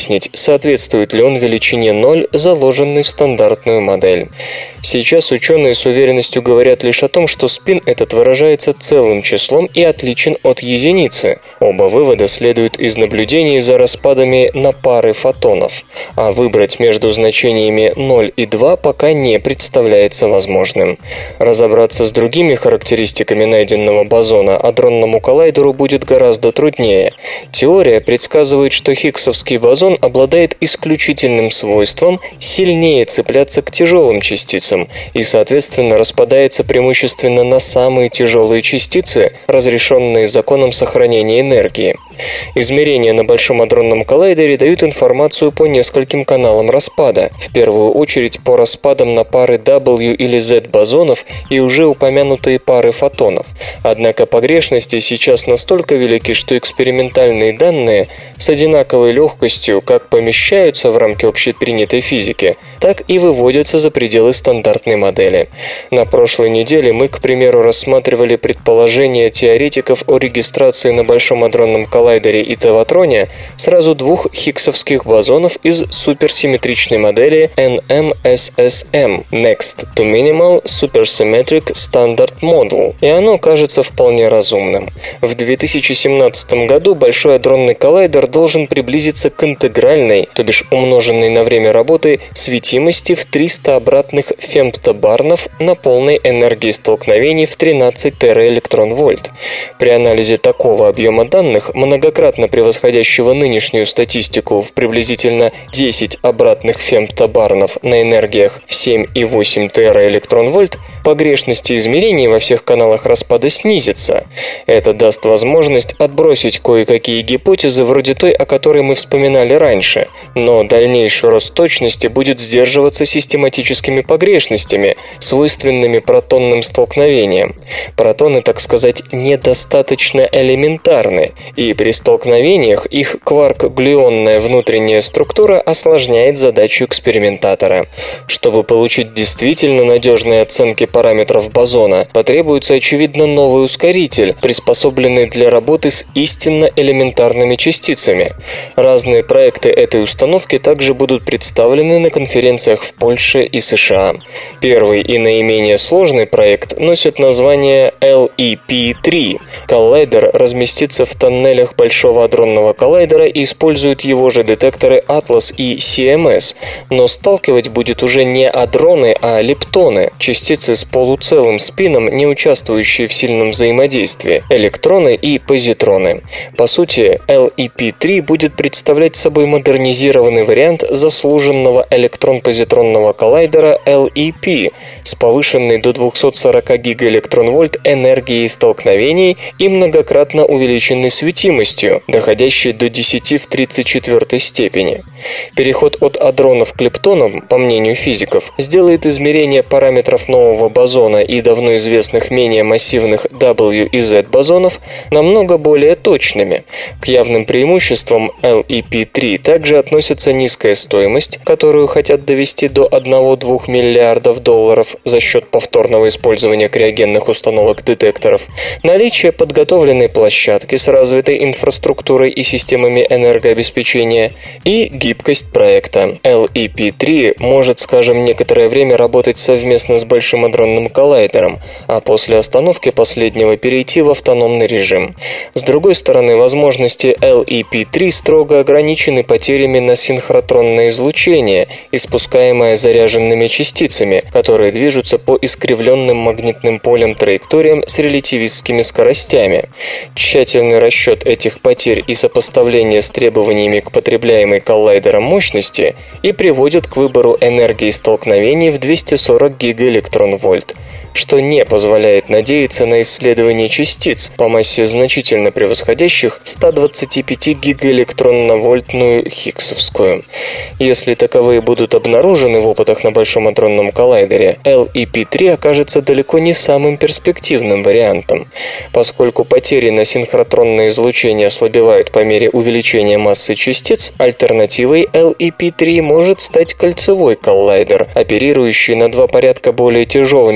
выяснить, соответствует ли он величине ноль, заложенной в стандартную модель. Сейчас ученые с уверенностью говорят лишь о том, что спин этот выражается целым числом и отличен от единицы. Оба вывода следуют из наблюдений за распадами на пары фотонов, а выбрать между значениями ноль и два пока не представляется возможным. Разобраться с другими характеристиками найденного бозона адронному коллайдеру будет гораздо труднее. Теория предсказывает, что хиггсовский бозон обладает исключительным свойством сильнее цепляться к тяжелым частицам и, соответственно, распадается преимущественно на самые тяжелые частицы, разрешенные законом сохранения энергии. Измерения на Большом адронном коллайдере дают информацию по нескольким каналам распада, в первую очередь по распадам на пары W или Z бозонов и уже упомянутые пары фотонов. Однако погрешности сейчас настолько велики, что экспериментальные данные с одинаковой легкостью как помещаются в рамки общепринятой физики, так и выводятся за пределы стандартной модели. На прошлой неделе мы, к примеру, рассматривали предположения теоретиков о регистрации на Большом адронном коллайдере и теватроне сразу двух хиггсовских бозонов из суперсимметричной модели эн эм эс эс эм Next to Minimal Supersymmetric Standard Model, и оно кажется вполне разумным. В две тысячи семнадцатом году Большой адронный коллайдер должен приблизиться к интегральной, то бишь умноженной на время работы, светимости в триста обратных фемтобарнов на полной энергии столкновений в тринадцать тераэлектрон-вольт. При анализе такого объема данных, многократно превосходящего нынешнюю статистику в приблизительно десять обратных фемтобарнов на энергиях в семь и восемь тераэлектрон-вольт, погрешности измерений во всех каналах распада снизятся. Это даст возможность отбросить кое-какие гипотезы вроде той, о которой мы вспоминали раньше, но дальнейший рост точности будет сдерживаться систематическими погрешностями, свойственными протонным столкновениям. Протоны, так сказать, недостаточно элементарны, и при столкновениях их кварк-глюонная внутренняя структура осложняет задачу экспериментатора. Чтобы получить действительно надежные оценки параметров бозона, потребуется, очевидно, новый ускоритель, приспособленный для работы с истинно элементарными частицами. Разные проекты этой установки также будут представлены на конференциях в Польше и США. Первый и наименее сложный проект носит название эл и пи три. Коллайдер разместится в тоннелях Большого адронного коллайдера и использует его же детекторы Atlas и си эм эс, но сталкивать будет уже не адроны, а лептоны, частицы с полуцелым спином, не участвующие в сильном взаимодействии, электроны и позитроны. По сути, эл и пи три будет представлять собой модернизированный вариант заслуженного электрон-позитронного коллайдера эл и пи с повышенной до двухсот сорока гигаэлектрон-вольт энергией столкновений и многократно увеличенной светимостью, доходящей до десяти в тридцать четвёртой степени. Переход от адронов к лептонам, по мнению физиков, сделает измерение параметров нового бозона и давно известных менее массивных W и Z бозонов намного более точными. К явным преимуществам эл и пи три также относится низкая стоимость, которую хотят довести до одного-двух миллиардов долларов за счет повторного использования криогенных установок-детекторов, наличие подготовленной площадки с развитой инфраструктурой и системами энергообеспечения и гибкость проекта. эл и пи три может, скажем, некоторое время работать совместно с Большим адронным коллайдером, а после остановки последнего перейти в автономный режим. С другой стороны, возможности эл и пи три строго ограничены потерями на синхротронное излучение, испускаемое заряженными частицами, которые движутся по искривленным магнитным полем траекториям с релятивистскими скоростями. Тщательный расчет этих потерь и сопоставление с требованиями к потребляемой коллайдером мощности и приводит к выбору энергии столкновений в двести сорок гигаэлектрон-вольт, что не позволяет надеяться на исследование частиц по массе значительно превосходящих сто двадцать пять гигаэлектронно-вольтную хиггсовскую. Если таковые будут обнаружены в опытах на Большом адронном коллайдере, эл и пи три окажется далеко не самым перспективным вариантом. Поскольку потери на синхротронное излучение ослабевают по мере увеличения массы частиц, альтернативой эл и пи три может стать кольцевой коллайдер, оперирующий на два порядка более тяжелыми лептонами,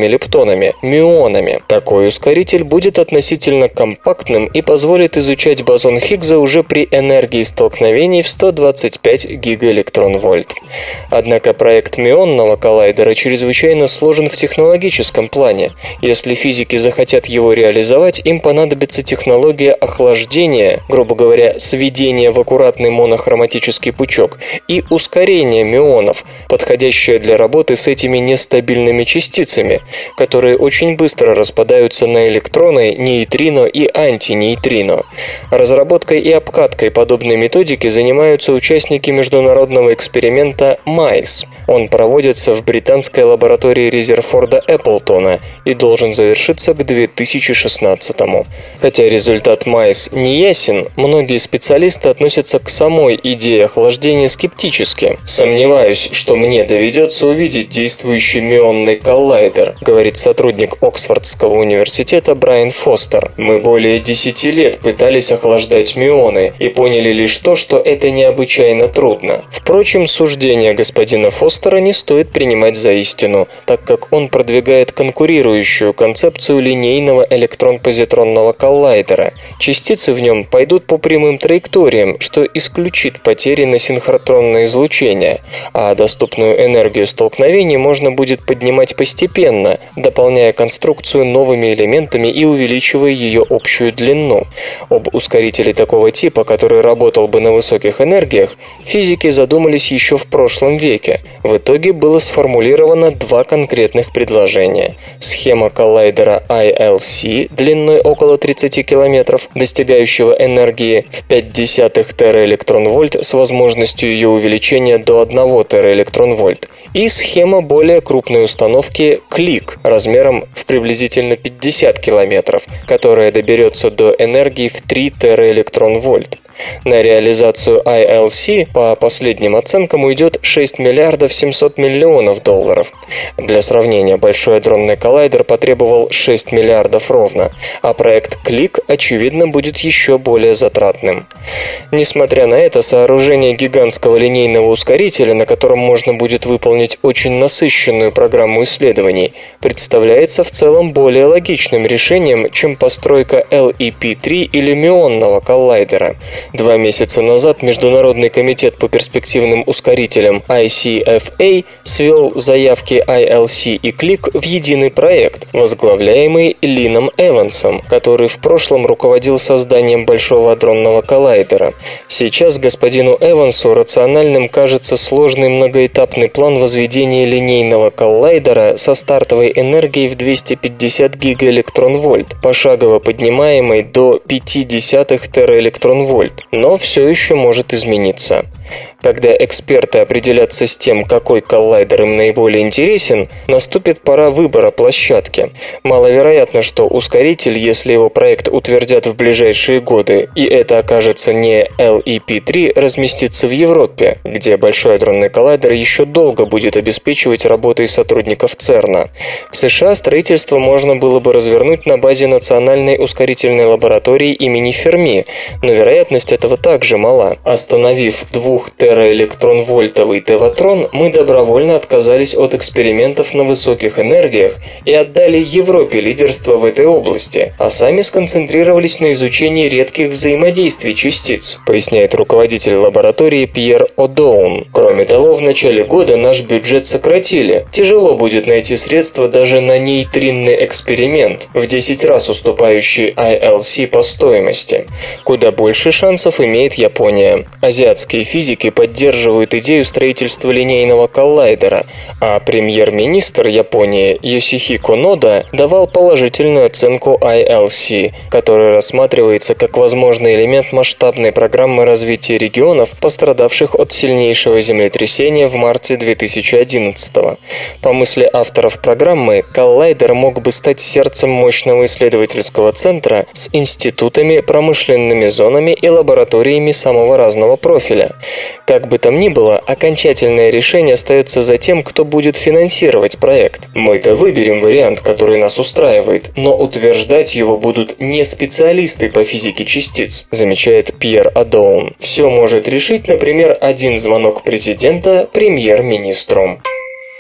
электронами – мюонами. Такой ускоритель будет относительно компактным и позволит изучать бозон Хиггса уже при энергии столкновений в сто двадцать пять гигаэлектрон-вольт. Однако проект мюонного коллайдера чрезвычайно сложен в технологическом плане. Если физики захотят его реализовать, им понадобится технология охлаждения, грубо говоря, сведения в аккуратный монохроматический пучок, и ускорения мюонов, подходящее для работы с этими нестабильными частицами, которые очень быстро распадаются на электроны, нейтрино и антинейтрино. Разработкой и обкаткой подобной методики занимаются участники международного эксперимента майс. Он проводится в британской лаборатории Резерфорда Эпплтона и должен завершиться к две тысячи шестнадцатому. Хотя результат майс не ясен, многие специалисты относятся к самой идее охлаждения скептически. «Сомневаюсь, что мне доведется увидеть действующий мюонный коллайдер», говорит сотрудник Оксфордского университета Брайан Фостер. «Мы более десяти лет пытались охлаждать мюоны и поняли лишь то, что это необычайно трудно». Впрочем, суждение господина Фостера не стоит принимать за истину, так как он продвигает конкурирующую концепцию линейного электрон-позитронного коллайдера. Частицы в нем пойдут по прямым траекториям, что исключит потери на синхротронное излучение, а доступную энергию столкновений можно будет поднимать постепенно, дополняя конструкцию новыми элементами и увеличивая ее общую длину. Об ускорителе такого типа, который работал бы на высоких энергиях, физики задумались еще в прошлом веке. В итоге было сформулировано два конкретных предложения. Схема коллайдера ай эл си длиной около тридцати километров, достигающего энергии в пять десятых тераэлектрон-вольт с возможностью ее увеличения до одного тераэлектрон-вольт, и схема более крупной установки клик размером в приблизительно пятьдесят километров, которая доберется до энергии в три тераэлектрон-вольт. На реализацию ай эл си, по последним оценкам, уйдет шесть миллиардов семьсот миллионов долларов. Для сравнения, Большой адронный коллайдер потребовал шесть миллиардов ровно, а проект клик, очевидно, будет еще более затратным. Несмотря на это, сооружение гигантского линейного ускорителя, на котором можно будет выполнить очень насыщенную программу исследований, представляется в целом более логичным решением, чем постройка эл и пи три или мюонного коллайдера. Два месяца назад Международный комитет по перспективным ускорителям ай си эф эй свел заявки ай эл си и клик в единый проект, возглавляемый Лином Эвансом, который в прошлом руководил созданием Большого адронного коллайдера. Сейчас господину Эвансу рациональным кажется сложный многоэтапный план возведения линейного коллайдера со стартовой энергией в двести пятьдесят гигаэлектрон-вольт, пошагово поднимаемой до пять десятых тераэлектрон-вольт. Но все еще может измениться. Когда эксперты определятся с тем, какой коллайдер им наиболее интересен, наступит пора выбора площадки. Маловероятно, что ускоритель, если его проект утвердят в ближайшие годы, и это окажется не эл и пи три, разместится в Европе, где Большой адронный коллайдер еще долго будет обеспечивать работой сотрудников церна. В США строительство можно было бы развернуть на базе Национальной ускорительной лаборатории имени Ферми, но вероятность этого также мала. Остановив двух тераэлектрон-вольтовый теватрон, мы добровольно отказались от экспериментов на высоких энергиях и отдали Европе лидерство в этой области, а сами сконцентрировались на изучении редких взаимодействий частиц, поясняет руководитель лаборатории Пьер О'Доун. Кроме того, в начале года наш бюджет сократили. Тяжело будет найти средства даже на нейтринный эксперимент, в десять раз уступающий ай эл си по стоимости. Куда больше шансов имеет Япония. Азиатские физики поддерживают идею строительства линейного коллайдера, а премьер-министр Японии Йосихико Нода давал положительную оценку ай эл си, который рассматривается как возможный элемент масштабной программы развития регионов, пострадавших от сильнейшего землетрясения в марте две тысячи одиннадцатого. По мысли авторов программы, коллайдер мог бы стать сердцем мощного исследовательского центра с институтами, промышленными зонами и лабораториями самого разного профиля. Как бы там ни было, окончательное решение остается за тем, кто будет финансировать проект. Мы-то выберем вариант, который нас устраивает, но утверждать его будут не специалисты по физике частиц, замечает Пьер О'Доун. Все может решить, например, один звонок президента премьер-министру.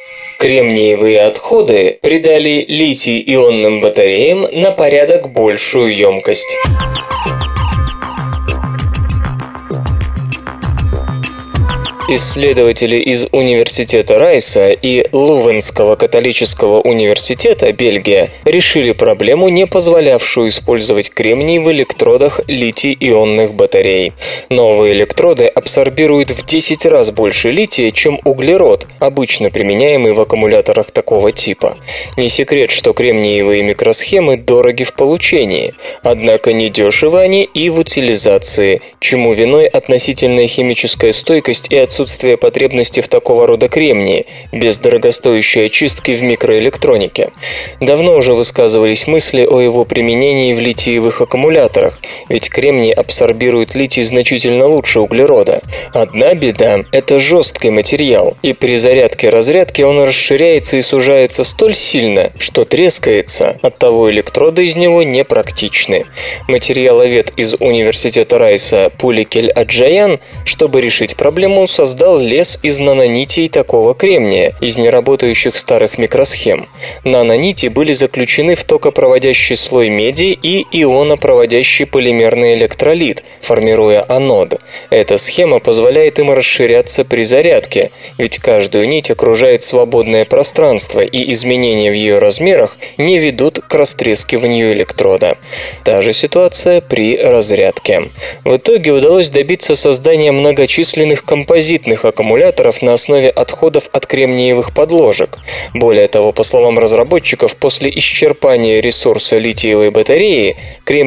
Кремниевые отходы придали литий-ионным батареям на порядок большую емкость. Исследователи из Университета Райса и Лувенского католического университета, Бельгия, решили проблему, не позволявшую использовать кремний в электродах литий-ионных батарей. Новые электроды абсорбируют в десять раз больше лития, чем углерод, обычно применяемый в аккумуляторах такого типа. Не секрет, что кремниевые микросхемы дороги в получении, однако недешевы они и в утилизации, чему виной относительная химическая стойкость и отсутствие отсутствие потребности в такого рода кремнии, без дорогостоящей очистки в микроэлектронике. Давно уже высказывались мысли о его применении в литиевых аккумуляторах, ведь кремний абсорбирует литий значительно лучше углерода. Одна беда – это жесткий материал, и при зарядке-разрядке он расширяется и сужается столь сильно, что трескается, оттого электроды из него непрактичны. Материаловед из Университета Райса Пуликель Аджаян, чтобы решить проблему, создал лес из нанонитей такого кремния, из неработающих старых микросхем. Нанонити были заключены в токопроводящий слой меди и ионопроводящий полимерный электролит, формируя анод. Эта схема позволяет им расширяться при зарядке, ведь каждую нить окружает свободное пространство, и изменения в ее размерах не ведут к растрескиванию электрода. Та же ситуация при разрядке. В итоге удалось добиться создания многочисленных композитных аккумуляторов на основе отходов от кремниевых подложек. Более того, по словам разработчиков, после исчерпания ресурса литиевой батареи,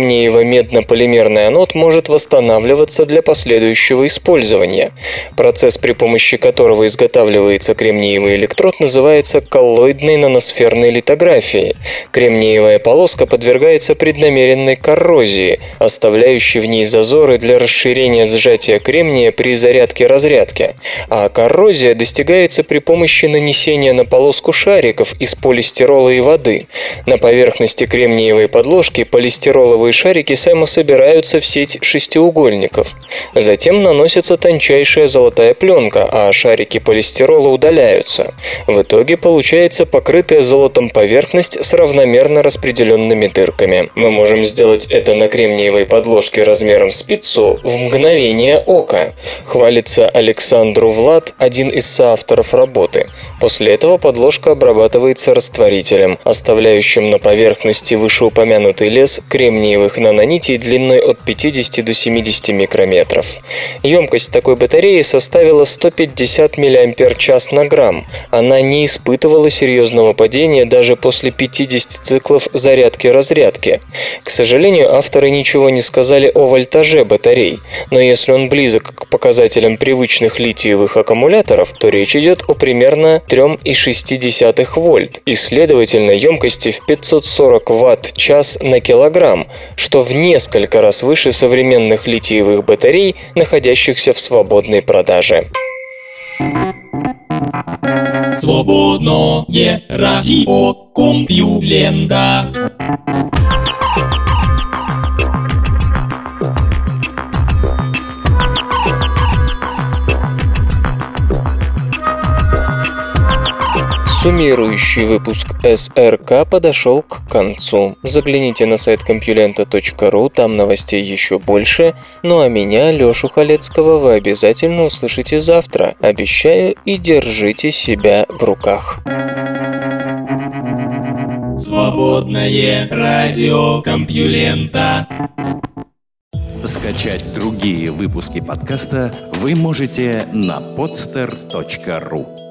кремниево-медно-полимерный анод может восстанавливаться для последующего использования. Процесс, при помощи которого изготавливается кремниевый электрод, называется коллоидной наносферной литографией. Кремниевая полоска подвергается преднамеренной коррозии, оставляющей в ней зазоры для расширения сжатия кремния при зарядке-разрядке, а коррозия достигается при помощи нанесения на полоску шариков из полистирола и воды. На поверхности кремниевой подложки полистироловые шарики самособираются в сеть шестиугольников. Затем наносится тончайшая золотая пленка, а шарики полистирола удаляются. В итоге получается покрытая золотом поверхность с равномерно распределенными дырками. Мы можем сделать это на кремниевой подложке размером с пиццу в мгновение ока. Хвалится Александру Влад, один из соавторов работы. После этого подложка обрабатывается растворителем, оставляющим на поверхности вышеупомянутый лес кремниевых нанонитей длиной от пятидесяти до семидесяти микрометров. Емкость такой батареи составила сто пятьдесят миллиампер-час на грамм. Она не испытывала серьезного падения даже после пятидесяти циклов зарядки-разрядки. К сожалению, авторы ничего не сказали о вольтаже батарей, но если он близок к показателям привычных литиевых аккумуляторов, то речь идет о примерно три целых шесть десятых вольт и, следовательно, емкости в пятьсот сорок ватт-час на килограмм, что в несколько раз выше современных литиевых батарей, находящихся в свободной продаже. Свободное радио Компьюлента. Суммирующий выпуск эс эр ка подошел к концу. Загляните на сайт компьюлента точка ру, там новостей еще больше. Ну а меня, Лешу Халецкого, вы обязательно услышите завтра. Обещаю, и держите себя в руках. Свободное радио Компьюлента. Скачать другие выпуски подкаста вы можете на подстер точка ру.